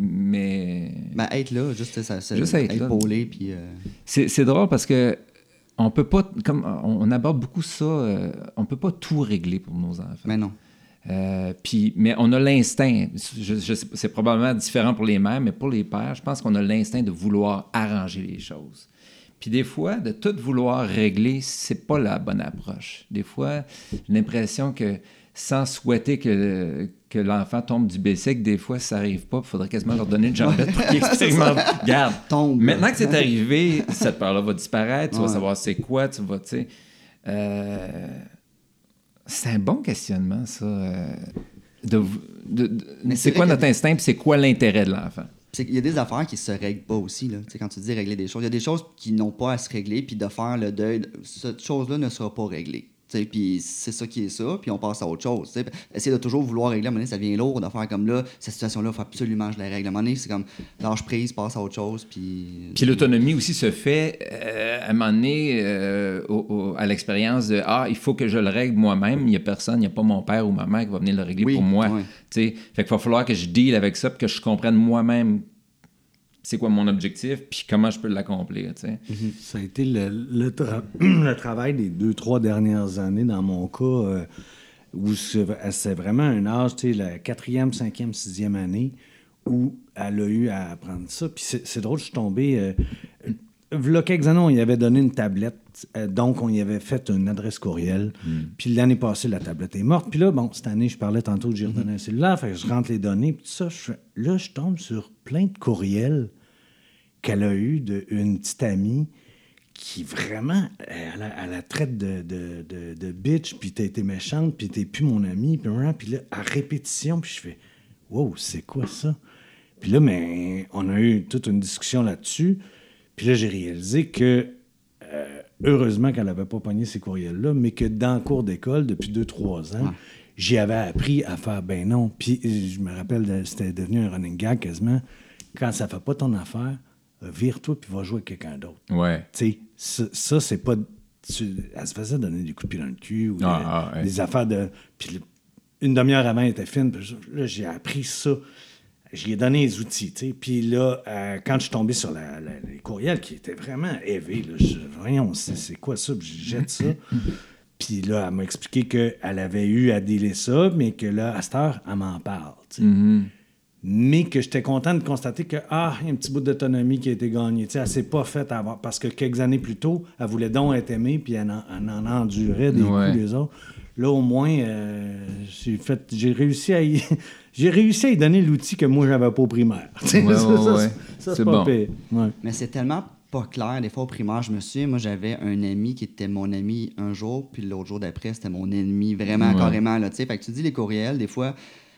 Speaker 3: mais...
Speaker 1: Ben, être là, juste ça, ça,
Speaker 3: Juste être là.
Speaker 1: épaulé, puis... euh,
Speaker 3: C'est, c'est drôle parce que on peut pas, comme on, on aborde beaucoup ça, euh, on peut pas tout régler pour nos enfants.
Speaker 1: Mais non.
Speaker 3: Euh, puis, mais on a l'instinct, je, je sais pas, c'est probablement différent pour les mères, mais pour les pères, je pense qu'on a l'instinct de vouloir arranger les choses. Puis des fois, de tout vouloir régler, c'est pas la bonne approche. Des fois, j'ai l'impression que sans souhaiter que, que l'enfant tombe du bicycle, des fois, ça n'arrive pas. Il faudrait quasiment leur donner une jambette pour qu'ils expérimentent. Regarde,
Speaker 1: Tombe.
Speaker 3: maintenant que c'est arrivé, cette peur-là va disparaître, tu vas
Speaker 1: Ouais.
Speaker 3: savoir c'est quoi, tu vas, tu sais... Euh, c'est un bon questionnement, ça. euh, de, de- de-
Speaker 1: Mais
Speaker 3: c'est
Speaker 1: c'est
Speaker 3: quoi
Speaker 1: vrai
Speaker 3: notre instinct, puis c'est quoi l'intérêt de l'enfant?
Speaker 1: C'est qu'il y a des affaires qui se règlent pas aussi, là. Tu sais, quand tu dis régler des choses, il y a des choses qui n'ont pas à se régler, puis de faire le deuil, de- cette chose-là ne sera pas réglée. Tu sais, puis c'est ça qui est ça, puis on passe à autre chose. Tu sais. Essayer de toujours vouloir régler, à un moment donné, ça devient lourd de faire comme là, cette situation-là, il faut absolument que je la règle. À un moment donné, c'est comme lâche prise, passe à autre chose, puis...
Speaker 3: Puis l'autonomie aussi se fait euh, à un moment donné euh, au- au- à l'expérience de « Ah, il faut que je le règle moi-même. Il n'y a personne, il n'y a pas mon père ou ma mère qui va venir le régler
Speaker 1: Oui,
Speaker 3: pour moi.
Speaker 1: ouais.
Speaker 3: Tu sais, fait qu'il va falloir que je deal avec ça, puis que je comprenne moi-même c'est quoi mon objectif, puis comment je peux l'accomplir. Tu sais.
Speaker 2: Ça a été le, le, tra- le travail des deux, trois dernières années, dans mon cas, euh, où c'est, c'est vraiment un âge, tu sais, la quatrième, cinquième, sixième année, où elle a eu à apprendre ça. Puis c'est, c'est drôle, je suis tombé... Euh, V'là quelques années, on y avait donné une tablette, euh, donc on y avait fait une adresse courriel. Puis l'année passée, la tablette est morte. Puis là, bon, cette année, je parlais tantôt que j'ai redonné un cellulaire, fait que je rentre les données, puis tout ça, je fais- là, je tombe sur plein de courriels qu'elle a eu d'une petite amie qui vraiment, elle, la- elle la traite de, de, de, de bitch, puis t'as été méchante, puis t'es plus mon ami, puis là, puis là, à répétition, puis je fais « Wow, c'est quoi ça? » Puis là, mais, on a eu toute une discussion là-dessus, puis là, j'ai réalisé que, euh, heureusement qu'elle n'avait pas pogné ces courriels-là, mais que dans le cours d'école, depuis deux, trois ans,
Speaker 1: Ouais.
Speaker 2: j'y avais appris à faire « Ben non », puis je me rappelle, de- c'était devenu un running gag quasiment, quand ça fait pas ton affaire, vire-toi puis va jouer avec quelqu'un d'autre.
Speaker 3: Ouais.
Speaker 2: Tu sais, ça, ça, c'est pas... Tu, elle se faisait donner des coups de pied dans le cul ou
Speaker 3: Ah,
Speaker 2: des,
Speaker 3: ah, ouais.
Speaker 2: des affaires de... Puis le- une demi-heure avant, elle était fine. Puis je- là, j'ai appris ça. J'y ai donné les outils, tu sais. Puis là, euh, quand je suis tombé sur la, la- les courriels qui étaient vraiment élevés, là, je voyons, c'est, c'est quoi ça? Puis je jette ça. Puis là, elle m'a expliqué qu'elle avait eu à dealer ça, mais que là, à cette heure, elle m'en parle, tu sais.
Speaker 3: Mm-hmm.
Speaker 2: Mais que j'étais content de constater que, ah, il y a un petit bout d'autonomie qui a été gagné. Tu sais, elle s'est pas faite avoir... Parce que quelques années plus tôt, elle voulait donc être aimée, puis elle en, elle en endurait des
Speaker 3: Ouais.
Speaker 2: coups des autres. Là, au moins, euh, j'ai fait... J'ai réussi à y... j'ai réussi à y donner l'outil que moi, j'avais pas au primaire. Tu sais,
Speaker 3: Ouais,
Speaker 2: ça,
Speaker 3: ouais,
Speaker 2: ça,
Speaker 3: ouais.
Speaker 2: ça, c'est
Speaker 3: C'est
Speaker 2: pas
Speaker 3: bon.
Speaker 2: pire. Ouais.
Speaker 1: Mais c'est tellement pas clair. Des fois, au primaire, je me souviens, moi, j'avais un ami qui était mon ami un jour, puis l'autre jour d'après, c'était mon ennemi, vraiment,
Speaker 3: Ouais.
Speaker 1: carrément, là, tu sais. Fait que tu dis les courriels, des fois,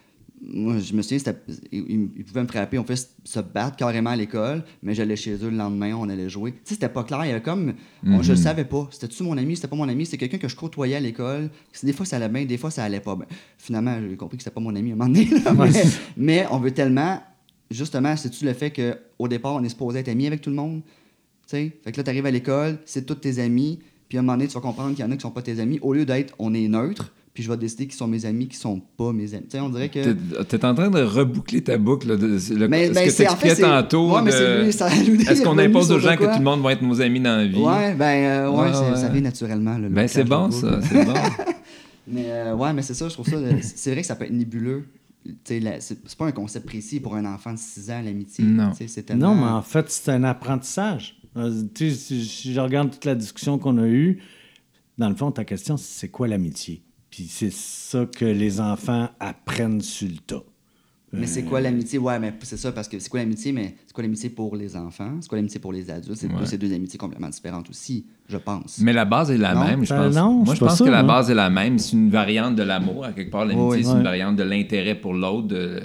Speaker 1: moi, je me souviens, c'était- ils, ils pouvaient me frapper, on fait se- se battre carrément à l'école, mais j'allais chez eux le lendemain, on allait jouer. Tu sais, c'était pas clair, il y avait comme... on- je le savais pas. C'était-tu mon ami, c'était pas mon ami, c'était quelqu'un que je côtoyais à l'école. Des fois, ça allait bien, des fois, ça allait pas bien. Finalement, j'ai compris que c'était pas mon ami à un moment donné, là,
Speaker 2: Ouais.
Speaker 1: mais, mais on veut tellement... Justement, c'est-tu le fait qu'au départ, on est supposé être amis avec tout le monde? Tu sais, fait que là, t'arrives à l'école, c'est tous tes amis, puis à un moment donné, tu vas comprendre qu'il y en a qui sont pas tes amis, au lieu d'être on est neutre, puis je vais décider qui sont mes amis, qui sont pas mes amis. Tu sais, on dirait que.
Speaker 3: T'es, t'es en train de reboucler ta boucle. Là, de, le,
Speaker 1: Mais-
Speaker 3: ce
Speaker 1: mais
Speaker 3: que
Speaker 1: c'est- en
Speaker 3: t'expliquais
Speaker 1: fait, c'est-
Speaker 3: tantôt.
Speaker 1: Ouais, mais
Speaker 3: de-
Speaker 1: c'est lui, ça- lui,
Speaker 3: Est-ce qu'on
Speaker 1: il est
Speaker 3: impose
Speaker 1: revenu
Speaker 3: aux
Speaker 1: sur
Speaker 3: gens
Speaker 1: de quoi?
Speaker 3: que tout le monde va être nos amis dans la vie?
Speaker 1: Ouais, ben, euh, ouais,
Speaker 3: Ouais,
Speaker 1: c'est-
Speaker 3: ouais.
Speaker 1: ça vient naturellement. Là, le
Speaker 3: Ben, c'est
Speaker 1: blocage
Speaker 3: bon,
Speaker 1: de
Speaker 3: ça.
Speaker 1: boucle.
Speaker 3: C'est bon.
Speaker 1: Mais euh, ouais, mais c'est ça, je trouve ça. le- C'est vrai que ça peut être nébuleux. Tu sais, la- c'est c'est pas un concept précis pour un enfant de six ans, l'amitié.
Speaker 3: Non.
Speaker 1: Tu sais, c'est tellement...
Speaker 2: Non, mais en fait, c'est un apprentissage. Euh, tu sais, si, si je regarde toute la discussion qu'on a eue, dans le fond, ta question, c'est quoi l'amitié? Puis c'est ça que les enfants apprennent sur le tas.
Speaker 1: Mais c'est quoi l'amitié? Ouais, mais c'est ça, parce que c'est quoi l'amitié, mais c'est quoi l'amitié pour les enfants? C'est quoi l'amitié pour les adultes? C'est
Speaker 3: Ouais.
Speaker 1: deux, c'est deux amitiés complètement différentes aussi, je pense.
Speaker 3: Mais la base est la
Speaker 1: Non?
Speaker 3: même, je
Speaker 2: Ben
Speaker 3: pense.
Speaker 2: non,
Speaker 3: Moi,
Speaker 2: c'est
Speaker 3: je
Speaker 2: pas
Speaker 3: pense
Speaker 2: ça,
Speaker 3: que la
Speaker 2: moi.
Speaker 3: base est la même. C'est une variante de l'amour, à quelque part. L'amitié,
Speaker 1: Oui,
Speaker 3: c'est
Speaker 2: oui.
Speaker 3: une variante de l'intérêt pour l'autre, de,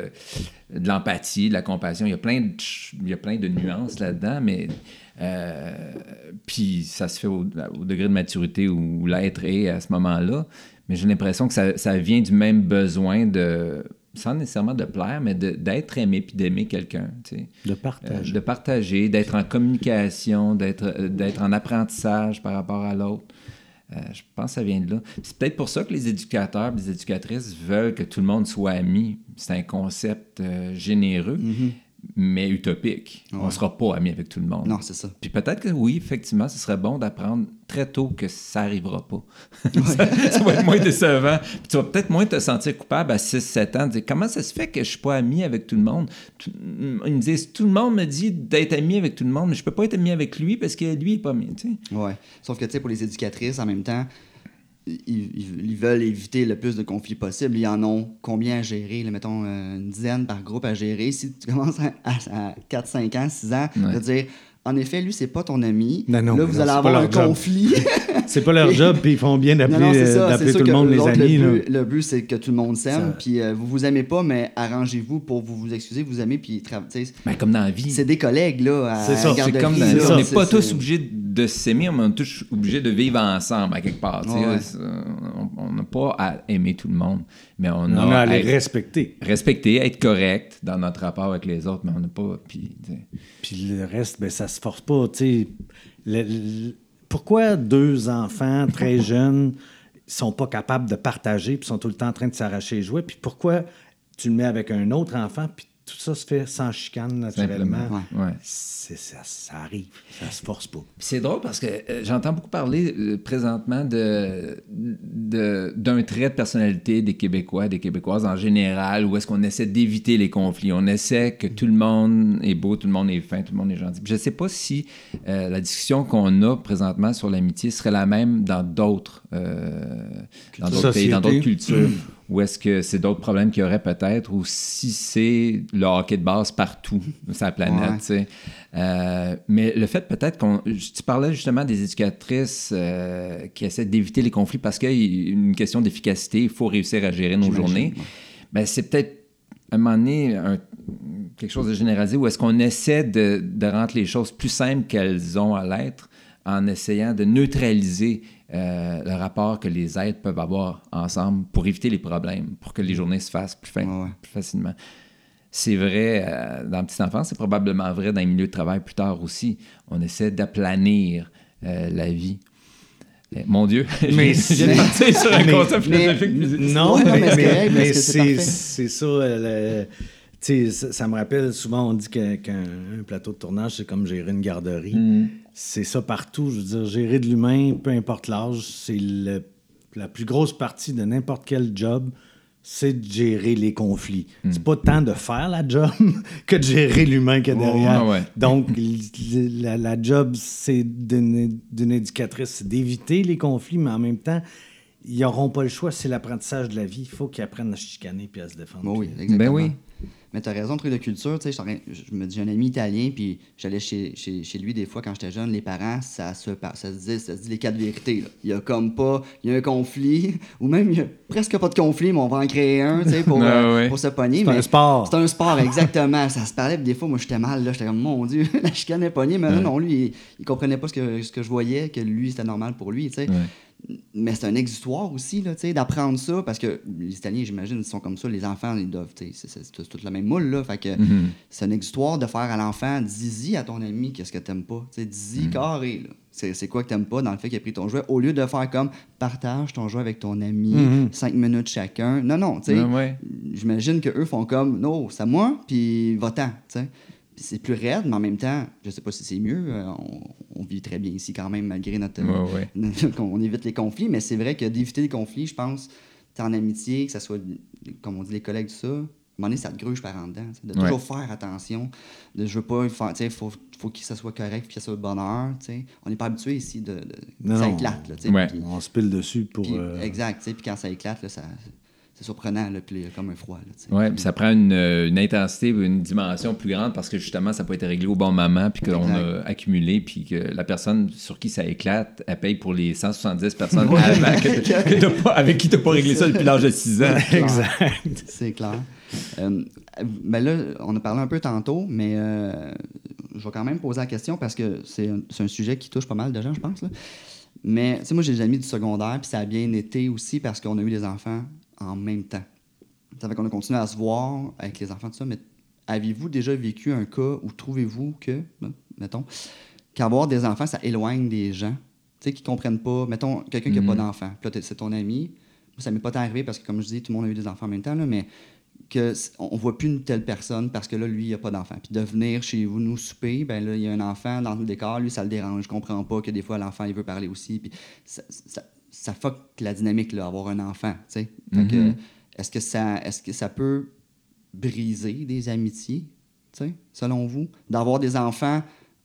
Speaker 3: de, de l'empathie, de la compassion. Il y a plein de, ch- il y a plein de nuances là-dedans, mais... euh, puis ça se fait au, au degré de maturité où l'être est à ce moment-là. Mais j'ai l'impression que ça, ça vient du même besoin de... sans nécessairement de plaire, mais de- d'être aimé puis d'aimer quelqu'un, tu sais.
Speaker 2: De
Speaker 3: Euh,
Speaker 2: partage.
Speaker 3: de partager, d'être en communication, d'être, euh, d'être en apprentissage par rapport à l'autre. Euh, je pense que ça vient de là. C'est peut-être pour ça que les éducateurs, les éducatrices veulent que tout le monde soit ami. C'est un concept euh, généreux, mais utopique. On ne
Speaker 1: Ouais.
Speaker 3: sera pas amis avec tout le monde.
Speaker 1: Non, c'est ça.
Speaker 3: Puis peut-être que oui, effectivement, ce serait bon d'apprendre très tôt que ça n'arrivera pas. ça, ça va être moins décevant. Puis tu vas peut-être moins te sentir coupable à six sept ans. De dire, comment ça se fait que je ne suis pas ami avec tout le monde? Tout- ils me disent, tout le monde me dit d'être ami avec tout le monde, mais je ne peux pas être ami avec lui parce que lui n'est pas ami. Tu sais.
Speaker 1: Ouais. Sauf que, tu sais, pour les éducatrices, en même temps, ils, ils- ils veulent éviter le plus de conflits possible. Ils en ont combien à gérer? Là, mettons, euh, une dizaine par groupe à gérer. Si tu commences à, à, à quatre, cinq ans, six ans,
Speaker 3: Ouais.
Speaker 1: de dire, en effet, lui, c'est pas ton ami.
Speaker 2: Non, non,
Speaker 1: là,
Speaker 2: mais
Speaker 1: vous
Speaker 2: non,
Speaker 1: allez
Speaker 2: c'est pas
Speaker 1: avoir
Speaker 2: leur
Speaker 1: un
Speaker 2: job.
Speaker 1: conflit.
Speaker 2: C'est pas leur job, puis ils font bien d'appeler,
Speaker 1: Non, non, c'est
Speaker 2: euh,
Speaker 1: ça.
Speaker 2: d'appeler
Speaker 1: C'est
Speaker 2: tout
Speaker 1: sûr
Speaker 2: le
Speaker 1: que
Speaker 2: monde les
Speaker 1: l'autre,
Speaker 2: amis.
Speaker 1: Le
Speaker 2: là.
Speaker 1: but, le but, c'est que tout le monde s'aime.
Speaker 2: Ça-
Speaker 1: Puis euh, vous vous aimez pas, mais arrangez-vous pour vous vous excuser, vous aimer, puis tra- tu sais,
Speaker 3: Ben, comme dans la vie.
Speaker 1: c'est des collègues, là, à
Speaker 2: C'est ça,
Speaker 1: la
Speaker 2: c'est
Speaker 1: garderie,
Speaker 3: comme dans
Speaker 1: là,
Speaker 3: la vie. On n'est
Speaker 1: c'est-
Speaker 3: pas
Speaker 1: c'est-
Speaker 3: tous obligés de s'aimer, mais on est tous obligés de vivre ensemble à quelque part. tu sais.
Speaker 1: Ouais.
Speaker 3: C'est- On on n'a pas à aimer tout le monde, mais on,
Speaker 2: On a à
Speaker 3: à
Speaker 2: les
Speaker 3: être-
Speaker 2: respecter.
Speaker 3: respecter, être correct dans notre rapport avec les autres, mais on n'a pas... Puis, tu sais.
Speaker 2: Puis le reste, ben, ça se force pas. Tu sais, Le- le- pourquoi deux enfants très jeunes sont pas capables de partager puis sont tout le temps en train de s'arracher les jouets? Puis pourquoi tu le mets avec un autre enfant puis tout ça se fait sans chicane naturellement?
Speaker 3: Simplement, ouais.
Speaker 2: C'est, ça, ça arrive. Ça se force pas.
Speaker 3: Puis c'est drôle parce que euh, j'entends beaucoup parler euh, présentement de, de- d'un trait de personnalité des Québécois, des Québécoises en général, où est-ce qu'on essaie d'éviter les conflits. On essaie que tout le monde est beau, tout le monde est fin, tout le monde est gentil. Puis je ne sais pas si euh, la discussion qu'on a présentement sur l'amitié serait la même dans d'autres, euh, dans d'autres pays, dans d'autres
Speaker 2: Société.
Speaker 3: cultures. Ou est-ce que c'est d'autres problèmes qu'il y aurait peut-être, ou si c'est le hockey de base partout sur la planète,
Speaker 1: Ouais.
Speaker 3: tu sais. Euh, mais le fait peut-être qu'on... Tu parlais justement des éducatrices euh, qui essaient d'éviter les conflits parce qu'il y a une question d'efficacité, il faut réussir à gérer nos
Speaker 1: J'imagine,
Speaker 3: journées.
Speaker 1: ouais.
Speaker 3: Ben, c'est peut-être, à un moment donné, un- quelque chose de généralisé où est-ce qu'on essaie de, de rendre les choses plus simples qu'elles ont à l'être en essayant de neutraliser euh, le rapport que les êtres peuvent avoir ensemble pour éviter les problèmes, pour que les journées se fassent plus, fin-
Speaker 1: Ouais, ouais.
Speaker 3: plus facilement. C'est vrai euh, dans la petite enfance, c'est probablement vrai dans les milieux de travail plus tard aussi. On essaie d'aplanir euh, la vie. Eh, mon Dieu,
Speaker 2: Mais
Speaker 3: j'ai j'ai
Speaker 2: c'est-
Speaker 3: parti sur un
Speaker 2: mais-
Speaker 3: concept
Speaker 1: mais-
Speaker 3: philosophique plus
Speaker 2: Non,
Speaker 1: Ouais, non,
Speaker 2: mais,
Speaker 1: mais c'est
Speaker 2: mais-
Speaker 1: correct,
Speaker 2: mais
Speaker 1: parce que c'est
Speaker 2: c'est,
Speaker 1: parfait.
Speaker 2: c'est ça. euh, le- tu sais, ça, ça me rappelle, souvent on dit que- qu'un un plateau de tournage, c'est comme gérer une garderie.
Speaker 3: Mm.
Speaker 2: C'est ça partout. Je veux dire, gérer de l'humain, peu importe l'âge, c'est le- la plus grosse partie de n'importe quel job, c'est de gérer les conflits.
Speaker 3: Mm.
Speaker 2: C'est pas tant de faire la job que de gérer l'humain qu'il y a derrière.
Speaker 3: Ouais, ouais.
Speaker 2: Donc, l- la, la job, c'est d'une, d'une éducatrice, c'est d'éviter les conflits, mais en même temps, ils n'auront pas le choix, c'est l'apprentissage de la vie. Il faut qu'ils apprennent à se chicaner puis à se défendre.
Speaker 1: Bon, oui,
Speaker 2: Puis,
Speaker 1: exactement.
Speaker 3: Ben oui.
Speaker 1: Mais t'as raison, truc de culture, tu sais, je suis en train- je me dis, j'ai un ami italien, puis j'allais chez, chez, chez lui des fois quand j'étais jeune, les parents, ça se, par- ça se dit, ça se dit les quatre vérités, là. Il y a comme pas, il y a un conflit, ou même il y a presque pas de conflit, mais on va en créer un, tu sais, pour,
Speaker 3: Ah
Speaker 1: euh,
Speaker 3: ouais.
Speaker 1: pour se pogner.
Speaker 2: C'est
Speaker 1: mais
Speaker 2: un sport.
Speaker 1: C'est un sport, exactement. Ça se parlait, puis des fois, moi, j'étais mal, là, j'étais comme, mon Dieu, la chicane est pognée, mais là, non, lui, il, il comprenait pas ce que, ce que je voyais, que lui, c'était normal pour lui, tu sais.
Speaker 3: Ouais.
Speaker 1: Mais c'est un exutoire aussi, là, tu sais, d'apprendre ça, parce que les Italiens, j'imagine, ils sont comme ça, les enfants, ils doivent, tu sais, c'est, c'est, c'est toute la même moule, là, fait que
Speaker 3: Mhm.
Speaker 1: c'est un exutoire de faire à l'enfant, dis-y à ton ami qu'est-ce que t'aimes pas, tu sais, dis-y carré, là. C'est, c'est quoi que t'aimes pas dans le fait qu'il a pris ton jouet, au lieu de faire comme, partage ton jouet avec ton ami,
Speaker 2: Mhm.
Speaker 1: cinq minutes chacun, non, non, tu sais,
Speaker 3: Ouais, ouais.
Speaker 1: j'imagine qu'eux font comme, non, c'est à moi, puis va-t'en, tu sais. Puis c'est plus raide, mais en même temps, je sais pas si c'est mieux. euh, on, on vit très bien ici quand même, malgré notre.
Speaker 3: Ouais, ouais.
Speaker 1: qu'on évite les conflits, mais c'est vrai que d'éviter les conflits, je pense, t'es en amitié, que ce soit, comme on dit, les collègues, tout ça, à un moment donné, ça te gruge par en dedans. t'sais, De
Speaker 3: Ouais.
Speaker 1: toujours faire attention. De, je veux pas faire, tu sais, il faut, faut que ça soit correct puis que ça soit de bonheur, tu sais. On n'est pas habitué ici de. de
Speaker 2: Non,
Speaker 1: ça
Speaker 2: non.
Speaker 1: éclate, là, tu sais.
Speaker 3: Ouais.
Speaker 1: puis-
Speaker 2: On se pile dessus pour...
Speaker 1: puis-
Speaker 2: euh,
Speaker 1: Exact, tu sais, puis quand ça éclate, là, ça. C'est surprenant, là, puis il y a comme un froid. Là, tu sais.
Speaker 3: Oui, puis ça prend une, euh, une intensité, une dimension plus grande parce que justement, ça peut être réglé au bon moment, puis qu'on
Speaker 1: Exact.
Speaker 3: a accumulé, puis que la personne sur qui ça éclate, elle paye pour les cent soixante-dix personnes avant que t'as- que t'as pas- avec qui tu n'as pas réglé ça depuis l'âge de six ans.
Speaker 2: Exact.
Speaker 1: C'est clair. Euh, ben là, on a parlé un peu tantôt, mais euh, je vais quand même poser la question parce que c'est un, c'est un sujet qui touche pas mal de gens, je pense. Là. Mais, tu sais, moi, j'ai des amis du secondaire, puis ça a bien été aussi parce qu'on a eu des enfants en même temps. Ça fait qu'on a continué à se voir avec les enfants, tout ça, mais avez-vous déjà vécu un cas où trouvez-vous que, ben, mettons, qu'avoir des enfants, ça éloigne des gens, tu sais, qui comprennent pas, mettons, quelqu'un qui n'a
Speaker 3: Mhm.
Speaker 1: pas d'enfant, puis là, t'es- c'est ton ami. Moi, ça m'est pas tant arrivé parce que, comme je dis, tout le monde a eu des enfants en même temps, là, mais que c- on voit plus une telle personne parce que là, lui, il a pas d'enfant. Puis de venir chez vous nous souper, ben là, il y a un enfant dans le décor, lui, ça le dérange. Je comprends pas que des fois, l'enfant, il veut parler aussi. Puis ça, ça, ça fuck la dynamique, là, avoir un enfant, tu sais. Fait que,
Speaker 3: Mhm.
Speaker 1: est-ce que ça, est-ce que ça peut briser des amitiés, tu sais, selon vous? D'avoir des enfants,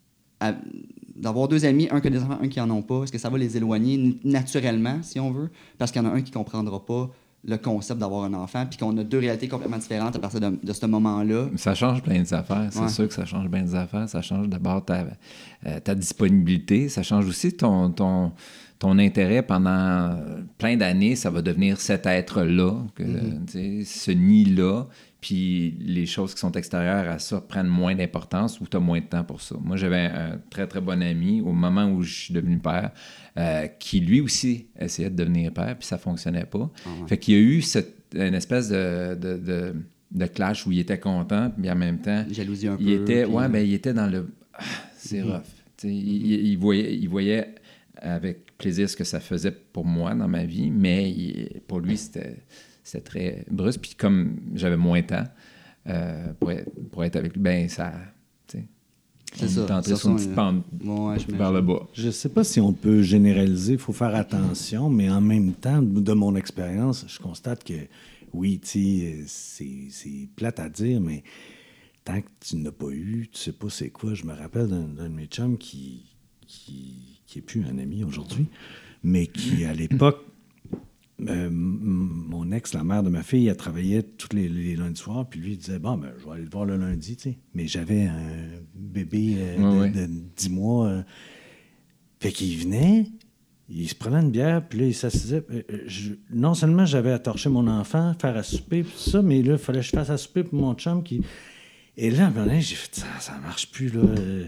Speaker 1: à- d'avoir deux amis, un qui a des enfants, un qui en ont pas, est-ce que ça va les éloigner n- naturellement, si on veut? Parce qu'il y en a un qui comprendra pas le concept d'avoir un enfant, puis qu'on a deux réalités complètement différentes à partir de, de ce moment-là.
Speaker 3: Ça change plein des affaires, c'est
Speaker 1: Ouais.
Speaker 3: sûr que ça change bien des affaires. Ça change d'abord ta, euh, ta disponibilité, ça change aussi ton, ton, ton intérêt pendant euh, plein d'années. Ça va devenir cet être-là, que,
Speaker 1: Mhm.
Speaker 3: tu sais, ce nid-là, puis les choses qui sont extérieures à ça prennent moins d'importance ou tu as moins de temps pour ça. Moi, j'avais un très, très bon ami au moment où je suis devenu père, euh, qui lui aussi essayait de devenir père, puis ça fonctionnait pas.
Speaker 1: Ah ouais.
Speaker 3: Fait qu'il y a eu cette, une espèce de, de, de, de clash où il était content, puis en même temps,
Speaker 1: Jalousie un peu.
Speaker 3: il était,
Speaker 1: puis-
Speaker 3: ouais, ben, il était dans le... Ah, c'est
Speaker 1: Mhm.
Speaker 3: rough. Tu sais, il, il- il voyait, il voyait avec plaisir ce que ça faisait pour moi dans ma vie, mais il- pour lui, c'était, c'était très brusque. Puis comme j'avais moins de temps euh, pour, être, pour être avec lui, ben ça... tu sais,
Speaker 1: C'est
Speaker 3: on
Speaker 1: ça.
Speaker 3: est entré
Speaker 1: Ça
Speaker 3: sur une
Speaker 1: sont,
Speaker 3: petite
Speaker 1: euh,
Speaker 3: pente
Speaker 1: Ouais, je
Speaker 3: vers le bas.
Speaker 2: Je sais pas si on peut généraliser, il faut faire attention, mais en même temps, de mon expérience, je constate que oui, tu sais, c'est, c'est plate à dire, mais tant que tu n'as pas eu, tu sais pas c'est quoi. Je me rappelle d'un, d'un de mes chums qui, qui, qui est plus un ami aujourd'hui, mais qui, à l'époque, euh, mon ex, la mère de ma fille, elle travaillait tous les, les lundis soirs, puis lui, il disait, bon, ben, je vais aller le voir le lundi, tu sais. Mais j'avais un bébé euh,
Speaker 3: ouais,
Speaker 2: de,
Speaker 3: ouais.
Speaker 2: de dix mois. Euh, fait qu'il venait, il se prenait une bière, puis là, il s'assisait. Euh, je, non seulement j'avais à torcher mon enfant, faire à souper, puis tout ça, mais là, il fallait que je fasse à souper pour mon chum qui... Et là, à un moment donné, j'ai fait, ça, ça marche plus, là. Euh,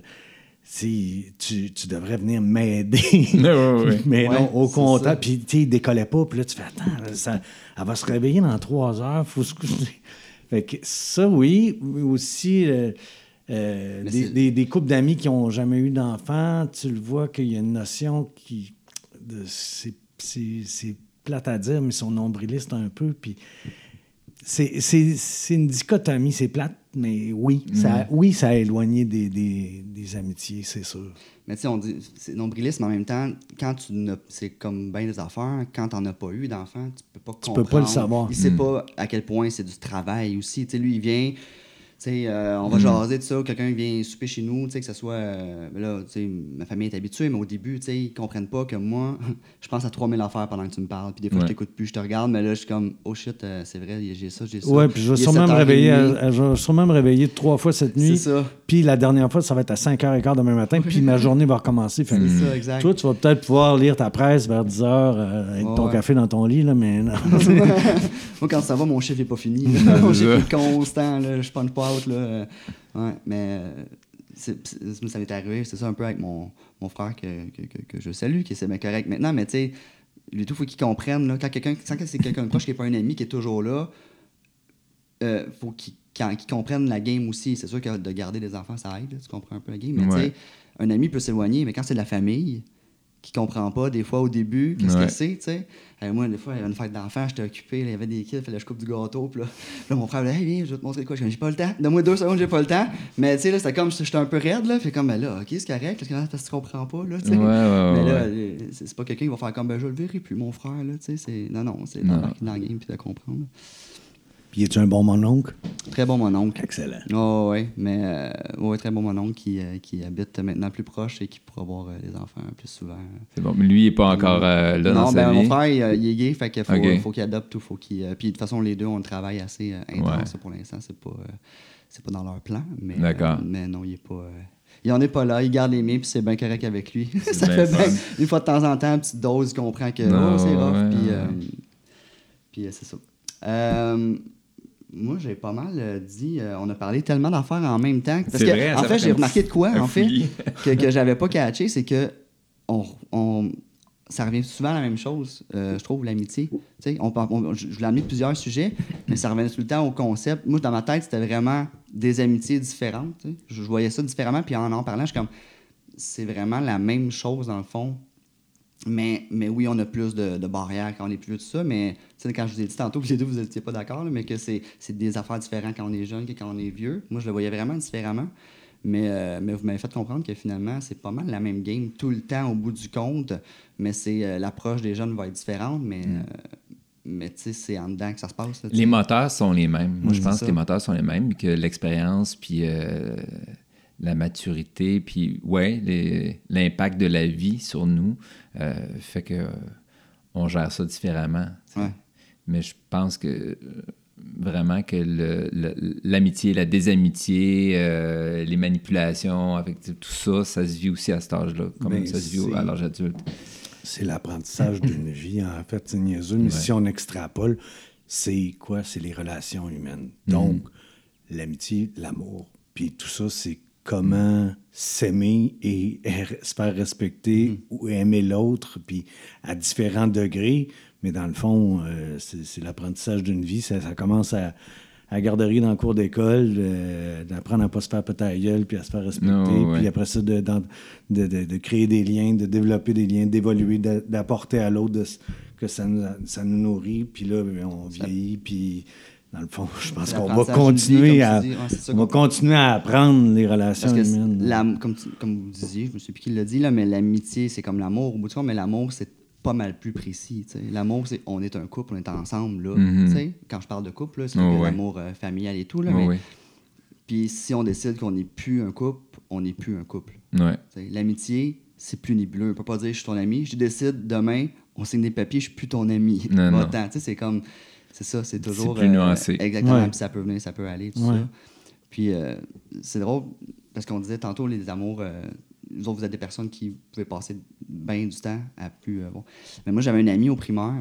Speaker 2: tu, tu devrais venir m'aider.
Speaker 3: Ouais, ouais, ouais.
Speaker 2: Mais
Speaker 1: Ouais,
Speaker 2: non, au
Speaker 1: c'est
Speaker 2: contraire.
Speaker 1: ça.
Speaker 2: Puis, tu sais, il décollait pas. Puis là, tu fais, attends, ça, elle va se réveiller dans trois heures. Faut se coucher. Fait que ça, oui. Aussi, euh, euh,
Speaker 1: Mais
Speaker 2: des,
Speaker 1: c'est-
Speaker 2: des, des couples d'amis qui n'ont jamais eu d'enfants, tu le vois qu'il y a une notion qui. De, c'est, c'est, c'est plate à dire, mais ils sont nombrilistes un peu. Puis. C'est, c'est, c'est une dichotomie, c'est plate, mais oui, ça, oui, ça a éloigné des, des, des amitiés, c'est sûr.
Speaker 1: Mais tu sais, on dit, c'est nombrilisme, mais en même temps, quand tu n'as, c'est comme bien des affaires, quand t'en as pas eu d'enfant, tu peux pas
Speaker 2: Tu
Speaker 1: comprendre.
Speaker 2: peux pas le savoir.
Speaker 1: Il sait
Speaker 3: Mm.
Speaker 1: pas à quel point c'est du travail aussi. Tu sais, lui, il vient, tu sais, euh, on va jaser de ça, quelqu'un vient souper chez nous, tu sais, que ce soit, euh, ben là, tu sais, ma famille est habituée, mais au début, tu sais, ils comprennent pas que moi, je pense à trois mille affaires pendant que tu me parles, puis des fois,
Speaker 3: Ouais.
Speaker 1: je t'écoute plus, je te regarde, mais là, je suis comme, oh shit, euh, c'est vrai, j'ai ça, j'ai ça.
Speaker 2: Ouais, puis je vais
Speaker 1: Il est
Speaker 2: sûrement me
Speaker 1: sept heures
Speaker 2: réveiller,
Speaker 1: trente.
Speaker 2: à- à- je vais sûrement me réveiller trois fois cette nuit.
Speaker 1: C'est ça.
Speaker 2: Puis la dernière fois, ça va être à cinq heures quinze demain matin, puis ma journée va recommencer. Fait que
Speaker 1: C'est ça, exact.
Speaker 2: toi, tu vas peut-être pouvoir lire ta presse vers dix heures euh, avec
Speaker 1: Ouais,
Speaker 2: ton
Speaker 1: ouais.
Speaker 2: café dans ton lit, là, mais non.
Speaker 1: Moi, quand ça va, mon chiffre est pas fini. là. Mon chiffre est constant. Là. Je punch pas out. Là. Euh, Ouais, mais euh, c'est- c'est- ça m'est arrivé. C'est ça un peu avec mon, mon frère que, que, que, que je salue, qui est bien correct maintenant. Mais tu sais, lui tout, il faut qu'il comprenne. Là, quand quelqu'un, quand c'est quelqu'un de proche qui n'est pas un ami, qui est toujours là, euh, faut qu'il quand- qu'il comprenne la game aussi. C'est sûr que de garder des enfants, ça aide. Là, tu comprends un peu la game. Mais tu
Speaker 3: Ouais.
Speaker 1: sais, un ami peut s'éloigner, mais quand c'est de la famille, qui comprend pas des fois au début qu'est-ce
Speaker 3: Ouais.
Speaker 1: que c'est, tu sais. Euh, moi, des fois, il y avait une fête d'enfants, j'étais occupé, là, il y avait des kids, il fallait que je coupe du gâteau, puis là, là, mon frère, là, hey, viens, je vais te montrer quoi. Je dis, j'ai pas le temps, donne-moi deux secondes, j'ai pas le temps. Mais tu sais, là, c'était comme, j'étais un peu raide, là, fait comme, ben là, ok, c'est correct, parce que tu comprends pas, là, tu sais.
Speaker 3: Ouais, ouais,
Speaker 1: Mais là,
Speaker 3: ouais.
Speaker 1: euh, c'est c'est pas quelqu'un qui va faire comme, ben je le verrai plus, mon frère, là, tu sais. c'est- Non, non, c'est
Speaker 3: Non.
Speaker 1: d'embarquer dans la game puis de comprendre. là.
Speaker 2: Puis es-tu un bon mononcle?
Speaker 1: Très bon mon oncle.
Speaker 2: Excellent.
Speaker 1: Oh, ouais, mais euh, ouais, très bon mon oncle qui, euh, qui habite maintenant plus proche et qui pourra voir euh, les enfants plus souvent.
Speaker 3: C'est bon. Mais lui, il n'est pas encore euh, là dans
Speaker 1: Non,
Speaker 3: sa
Speaker 1: ben
Speaker 3: vie.
Speaker 1: mon frère, il, euh, il est gay, fait qu'il faut,
Speaker 3: Ok.
Speaker 1: faut qu'il adopte tout, faut qu'il. euh, puis de toute façon, les deux, on travaille assez euh, intense
Speaker 3: Ouais.
Speaker 1: pour l'instant. C'est pas, euh, c'est pas dans leur plan, mais.
Speaker 3: D'accord.
Speaker 1: euh, mais non, il est pas. euh, il en est pas là, il garde les miens, puis c'est bien correct avec lui. ça
Speaker 3: bien
Speaker 1: fait bien.
Speaker 3: fun.
Speaker 1: Une fois de temps en temps, une petite dose, il comprend que
Speaker 3: Non,
Speaker 1: oh, c'est rough,
Speaker 3: ouais,
Speaker 1: puis.
Speaker 3: ouais.
Speaker 1: euh, puis euh, c'est ça. Euh, moi, j'ai pas mal euh, dit. euh, on a parlé tellement d'affaires en même temps. Parce
Speaker 3: C'est
Speaker 1: que,
Speaker 3: vrai,
Speaker 1: en
Speaker 3: ça
Speaker 1: fait,
Speaker 3: fait
Speaker 1: j'ai
Speaker 3: comme
Speaker 1: remarqué de quoi,
Speaker 3: un
Speaker 1: en fait,
Speaker 3: fouillis.
Speaker 1: que, que j'avais pas catché, c'est que on, on- ça revient souvent à la même chose, euh, je trouve, l'amitié. Tu sais, on, par- on- je je l'ai amené de plusieurs sujets, mais ça revenait tout le temps au concept. Moi, dans ma tête, c'était vraiment des amitiés différentes. tu sais. Je, je voyais ça différemment, puis en en parlant, je suis comme, c'est vraiment la même chose, dans le fond. Mais, mais oui, on a plus de, de barrières quand on est plus vieux, tout ça. Mais tu sais, quand je vous ai dit tantôt, puis les deux, vous n'étiez pas d'accord, là, mais que c'est, c'est des affaires différentes quand on est jeune que quand on est vieux. Moi, je le voyais vraiment différemment. Mais, euh, mais vous m'avez fait comprendre que finalement, c'est pas mal la même game tout le temps au bout du compte. Mais c'est euh, l'approche des jeunes va être différente. Mais, euh, mais tu sais, c'est en dedans que ça se passe. là, tu
Speaker 3: Les
Speaker 1: sais.
Speaker 3: moteurs sont les mêmes. Moi, je
Speaker 1: Mm,
Speaker 3: pense
Speaker 1: c'est
Speaker 3: que
Speaker 1: ça.
Speaker 3: les moteurs sont les mêmes, que l'expérience, puis euh, la maturité, puis ouais, les- l'impact de la vie sur nous euh, fait que euh, on gère ça différemment. tu sais.
Speaker 1: Ouais.
Speaker 3: Mais je pense que euh, vraiment que le- le- l'amitié, la désamitié, euh, les manipulations, avec tout ça, ça se vit aussi à cet âge-là, comme
Speaker 2: Ben,
Speaker 3: ça se vit au-
Speaker 2: c'est-
Speaker 3: à l'âge adulte.
Speaker 2: C'est l'apprentissage d'une vie, en fait, c'est niaiseux, mais
Speaker 3: Ouais.
Speaker 2: si on extrapole, c'est quoi? C'est les relations humaines. Donc, l'amitié, l'amour, puis tout ça, c'est comment s'aimer et er- se faire respecter ou aimer l'autre, puis à différents degrés. Mais dans le fond, euh, c'est c'est l'apprentissage d'une vie. Ça, ça commence à, à la garderie dans le cours d'école, euh, d'apprendre à ne pas se faire péter la gueule, puis à se faire respecter.
Speaker 3: Oh, ouais.
Speaker 2: Puis après ça, de, d'en- de, de- de créer des liens, de développer des liens, d'évoluer, d'a- d'apporter à l'autre de s- que ça nous, ça nous nourrit. Puis là, ben, on vieillit, puis dans le fond, je pense
Speaker 1: C'est
Speaker 2: qu'on va
Speaker 1: l'apprentissage d'une vie,
Speaker 2: continuer
Speaker 1: comme tu
Speaker 2: à,
Speaker 1: dis. Ouais, c'est ça
Speaker 2: on va
Speaker 1: qu'on-
Speaker 2: continuer à apprendre les relations
Speaker 1: Parce que
Speaker 2: humaines.
Speaker 1: la- comme, tu- comme vous disiez, je ne sais plus qui l'a dit, là, mais l'amitié, c'est comme l'amour au bout du compte, mais l'amour, c'est pas mal plus précis. tu sais. L'amour, c'est on est un couple, on est ensemble. Là,
Speaker 3: Mhm.
Speaker 1: tu sais. Quand je parle de couple, là, c'est
Speaker 3: Oh,
Speaker 1: que
Speaker 3: ouais.
Speaker 1: l'amour euh, familial et tout. Là,
Speaker 3: Ouais,
Speaker 1: mais-
Speaker 3: ouais.
Speaker 1: Puis si on décide qu'on n'est plus un couple, on n'est plus un couple.
Speaker 3: Ouais.
Speaker 1: tu sais. L'amitié, c'est plus nébuleux. On peut pas dire je suis ton ami. Je décide demain, on signe des papiers, je suis plus ton ami.
Speaker 3: Non, non.
Speaker 1: Tu sais, c'est comme, c'est ça, c'est toujours...
Speaker 3: C'est plus nuancé.
Speaker 1: Euh, exactement,
Speaker 2: Ouais.
Speaker 1: puis ça peut venir, ça peut aller, tout
Speaker 2: Ouais.
Speaker 1: ça. Puis euh, c'est drôle, parce qu'on disait tantôt, les amours, euh, vous autres, vous êtes des personnes qui pouvaient passer bien du temps à plus... euh, bon. Mais moi, j'avais un ami au primaire,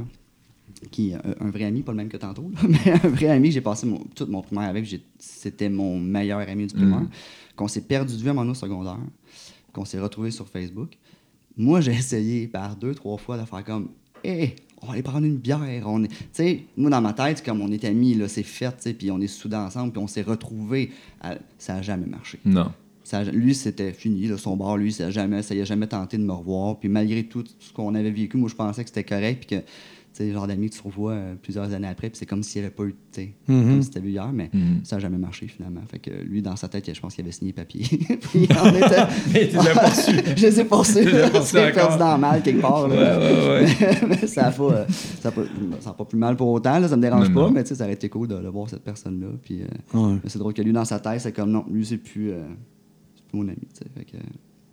Speaker 1: qui un, un vrai ami, pas le même que tantôt, là, mais un vrai ami, j'ai passé mon, tout mon primaire avec, j'ai, c'était mon meilleur ami du primaire,
Speaker 3: Mm.
Speaker 1: qu'on s'est perdu de vue à un moment donné au secondaire, qu'on s'est retrouvé sur Facebook. Moi, j'ai essayé par deux, trois fois de faire comme « Hé, on va aller prendre une bière. » On est... Tu sais, moi, dans ma tête, comme on est amis, là, c'est fait, tu sais, puis on est soudés ensemble, puis on s'est retrouvés. À... Ça n'a jamais marché.
Speaker 3: Non.
Speaker 1: Ça a... Lui, c'était fini, là, son bar, lui, ça n'a jamais, ça y a jamais tenté de me revoir. Puis malgré tout ce qu'on avait vécu, moi, je pensais que c'était correct, puis que, tu sais, le genre d'amis que tu revois euh, plusieurs années après, puis c'est comme s'il n'y avait pas eu, tu sais,
Speaker 2: Mm-hmm.
Speaker 1: comme si c'était vu hier, mais
Speaker 3: Mhm.
Speaker 1: ça n'a jamais marché, finalement. Fait que lui, dans sa tête, je pense qu'il avait signé papier. Puis il en était...
Speaker 3: Mais tu l'as poursu.
Speaker 1: Je les ai poursuivis.
Speaker 3: Tu les as
Speaker 1: Je
Speaker 3: poursuivis
Speaker 1: l'ai perdu
Speaker 3: encore.
Speaker 1: dans le mal quelque part. Là.
Speaker 3: Ouais, ouais, ouais.
Speaker 1: mais, mais ça n'a pas, euh, ça a pas, ça a pas plus mal pour autant. Là, ça me dérange
Speaker 3: Non,
Speaker 1: pas,
Speaker 3: non.
Speaker 1: mais tu sais, ça aurait été cool de, de voir cette personne-là. Puis, euh,
Speaker 2: Ouais.
Speaker 1: mais c'est drôle que lui, dans sa tête, c'est comme non, lui, c'est plus, euh, c'est plus mon ami. tu sais. Fait que,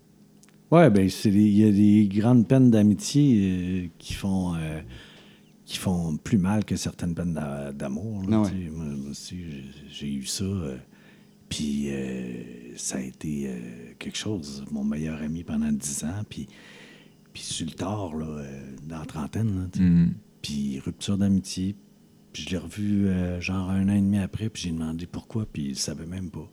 Speaker 2: Ouais, ben c'est des- il y a des grandes peines d'amitié euh, qui font euh, qui font plus mal que certaines peines d'a- d'amour. là,
Speaker 1: Ah ouais.
Speaker 2: tu sais. Moi, moi aussi, j'ai, j'ai eu ça. euh, puis euh, ça a été euh, quelque chose. Mon meilleur ami pendant dix ans. Puis, puis sur le tard, là, euh, dans la trentaine. Là, tu sais.
Speaker 3: Mhm.
Speaker 2: Puis rupture d'amitié. Puis je l'ai revu euh, genre un an et demi après. Puis j'ai demandé pourquoi. Puis il ne savait même pas.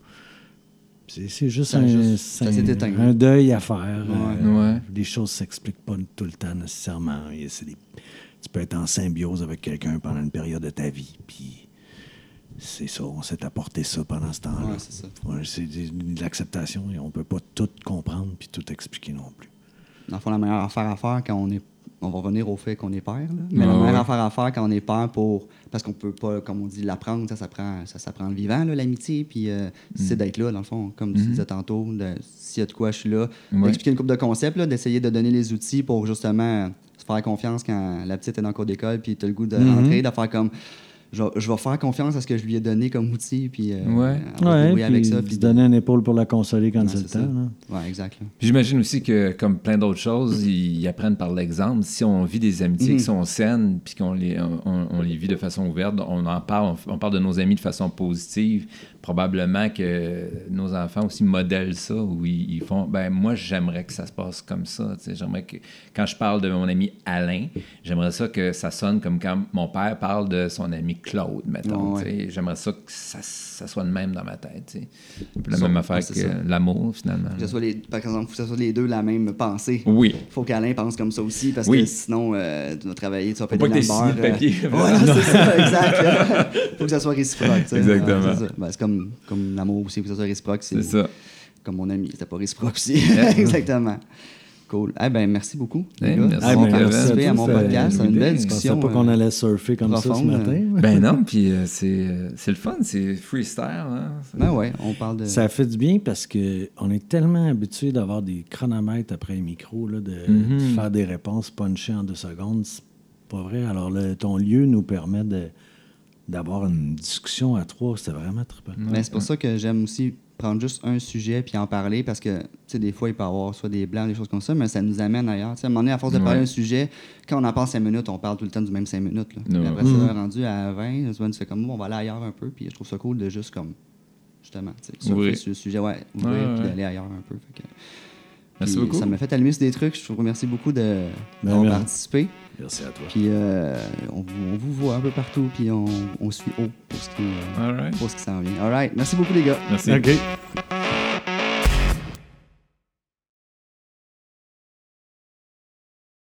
Speaker 2: C'est, c'est juste,
Speaker 1: Ça a
Speaker 2: un,
Speaker 1: juste-
Speaker 2: c'est
Speaker 1: ça s'est
Speaker 2: un-
Speaker 1: éteint.
Speaker 2: un deuil à faire.
Speaker 1: Ouais.
Speaker 2: euh,
Speaker 3: Ouais.
Speaker 2: Les choses ne s'expliquent pas tout le temps nécessairement. Et c'est des- Tu peux être en symbiose avec quelqu'un pendant une période de ta vie. Puis c'est ça, on s'est apporté ça pendant ce temps-là.
Speaker 1: Ouais, c'est ça.
Speaker 2: Ouais, c'est des- de l'acceptation. Et on ne peut pas tout comprendre puis tout expliquer non plus.
Speaker 1: dans le fond, la meilleure affaire à faire quand on est. On va revenir au fait qu'on est père, là. Mais la
Speaker 3: Ah,
Speaker 1: meilleure
Speaker 3: ouais.
Speaker 1: affaire à faire quand on est père pour. Parce qu'on peut pas, comme on dit, l'apprendre, ça s'apprend, ça s'apprend le vivant, là, l'amitié. Puis euh, c'est d'être là, dans le fond. Comme tu
Speaker 3: Mhm.
Speaker 1: disais tantôt, de- s'il y a de quoi, je suis là.
Speaker 3: Ouais.
Speaker 1: D'expliquer une couple de concepts, là, d'essayer de donner les outils pour justement se faire confiance quand la petite est dans le cours d'école, puis tu as le goût de
Speaker 2: Mhm.
Speaker 1: rentrer, de faire comme. Je, vais- je vais faire confiance à ce que je lui ai donné comme outil, puis euh,
Speaker 3: Ouais.
Speaker 1: elle va se
Speaker 2: Ouais,
Speaker 1: débrouiller avec
Speaker 2: puis
Speaker 1: ça.
Speaker 2: se
Speaker 1: Puis
Speaker 2: donner une épaule pour la consoler quand
Speaker 1: Ouais,
Speaker 2: c'est le
Speaker 1: c'est
Speaker 2: temps.
Speaker 1: ça.
Speaker 2: là.
Speaker 1: Ouais, exact. là.
Speaker 3: Puis j'imagine aussi que, comme plein d'autres choses, ils, ils apprennent par l'exemple. Si on vit des amitiés
Speaker 1: Mhm.
Speaker 3: qui sont saines, puis qu'on les, on, on les vit de façon ouverte, on en parle, on, on parle de nos amis de façon positive, probablement que nos enfants aussi modèlent ça, où ils, ils font, ben moi, j'aimerais que ça se passe comme ça. tu sais. J'aimerais que, quand je parle de mon ami Alain, j'aimerais ça que ça sonne comme quand mon père parle de son ami Claude, mettons.
Speaker 1: Ouais,
Speaker 3: tu sais. J'aimerais ça que ça, ça soit le même dans ma tête. tu sais. Un peu la
Speaker 1: Ça,
Speaker 3: même affaire
Speaker 1: ouais,
Speaker 3: que
Speaker 1: c'est ça.
Speaker 3: l'amour, finalement.
Speaker 1: Que ce soit les, par exemple, faut que ce soit les deux la même pensée.
Speaker 3: Oui.
Speaker 1: Il faut qu'Alain pense comme ça aussi, parce
Speaker 3: Oui.
Speaker 1: que sinon, euh, tu vas travailler, tu vas
Speaker 3: Faut
Speaker 1: payer
Speaker 3: pas que
Speaker 1: dans
Speaker 3: t'aies
Speaker 1: le
Speaker 3: signé
Speaker 1: beurre,
Speaker 3: le papier.
Speaker 1: euh, voilà, c'est ça, exact. Faut que ça soit réciproque. tu sais.
Speaker 3: Exactement.
Speaker 1: Ouais, c'est ça. Ben, c'est comme, comme l'amour aussi, faut que ça soit réciproque.
Speaker 3: C'est ça.
Speaker 1: Comme mon ami, c'était pas réciproque aussi.
Speaker 3: Yeah.
Speaker 1: Exactement. Cool. Eh ben, merci beaucoup. les
Speaker 3: Hey,
Speaker 1: gars,
Speaker 3: merci,
Speaker 1: d'avoir
Speaker 2: ben, merci
Speaker 1: participé
Speaker 2: à
Speaker 1: à
Speaker 2: toi,
Speaker 1: mon
Speaker 2: ça fait
Speaker 1: podcast. C'est une
Speaker 3: l'idée.
Speaker 1: belle
Speaker 3: Je
Speaker 2: Je pensais
Speaker 1: discussion.
Speaker 2: pas qu'on
Speaker 1: euh,
Speaker 2: allait surfer comme ça ce
Speaker 1: profonde,
Speaker 2: matin.
Speaker 3: Ben non, puis euh, c'est, euh, c'est le fun, c'est freestyle. Hein?
Speaker 1: Ben ouais, on parle de.
Speaker 2: Ça fait du bien parce qu'on est tellement habitué d'avoir des chronomètres après un micro, là, de,
Speaker 3: Mhm.
Speaker 2: de faire des réponses punchées en deux secondes. C'est pas vrai. Alors, le- ton lieu nous permet de, d'avoir une discussion à trois. C'était vraiment trippant.
Speaker 1: Mais c'est pour ça que j'aime aussi prendre juste un sujet puis en parler parce que, tu sais, des fois, il peut y avoir soit des blancs, des choses comme ça, mais ça nous amène ailleurs. Tu sais, à un moment donné, à force de parler
Speaker 3: Ouais.
Speaker 1: d'un sujet, quand on en parle cinq minutes, on parle tout le temps du même cinq minutes. Là.
Speaker 3: Ouais.
Speaker 1: Puis après
Speaker 2: Mhm.
Speaker 1: ça, rendu à vingt, souvent, tu fais comme, bon, on va aller ailleurs un peu, puis je trouve ça cool de juste comme, justement, tu sais, surfer
Speaker 3: Ouvrir.
Speaker 1: sur le sujet, ouais, ouvrir,
Speaker 3: Ouais,
Speaker 1: puis
Speaker 3: ouais.
Speaker 1: d'aller ailleurs un peu. Fait que-
Speaker 3: Merci
Speaker 1: puis
Speaker 3: beaucoup.
Speaker 1: Ça m'a fait allumer sur des trucs. Je vous remercie beaucoup de,
Speaker 2: Ben,
Speaker 1: d'avoir
Speaker 2: merci.
Speaker 1: participé.
Speaker 2: Merci à toi.
Speaker 1: Puis euh, on, vous- on vous voit un peu partout, puis on, on suit haut pour ce qui, euh,
Speaker 3: All right.
Speaker 1: pour ce qui s'en vient. All right. Merci beaucoup, les gars.
Speaker 3: Merci.
Speaker 2: OK.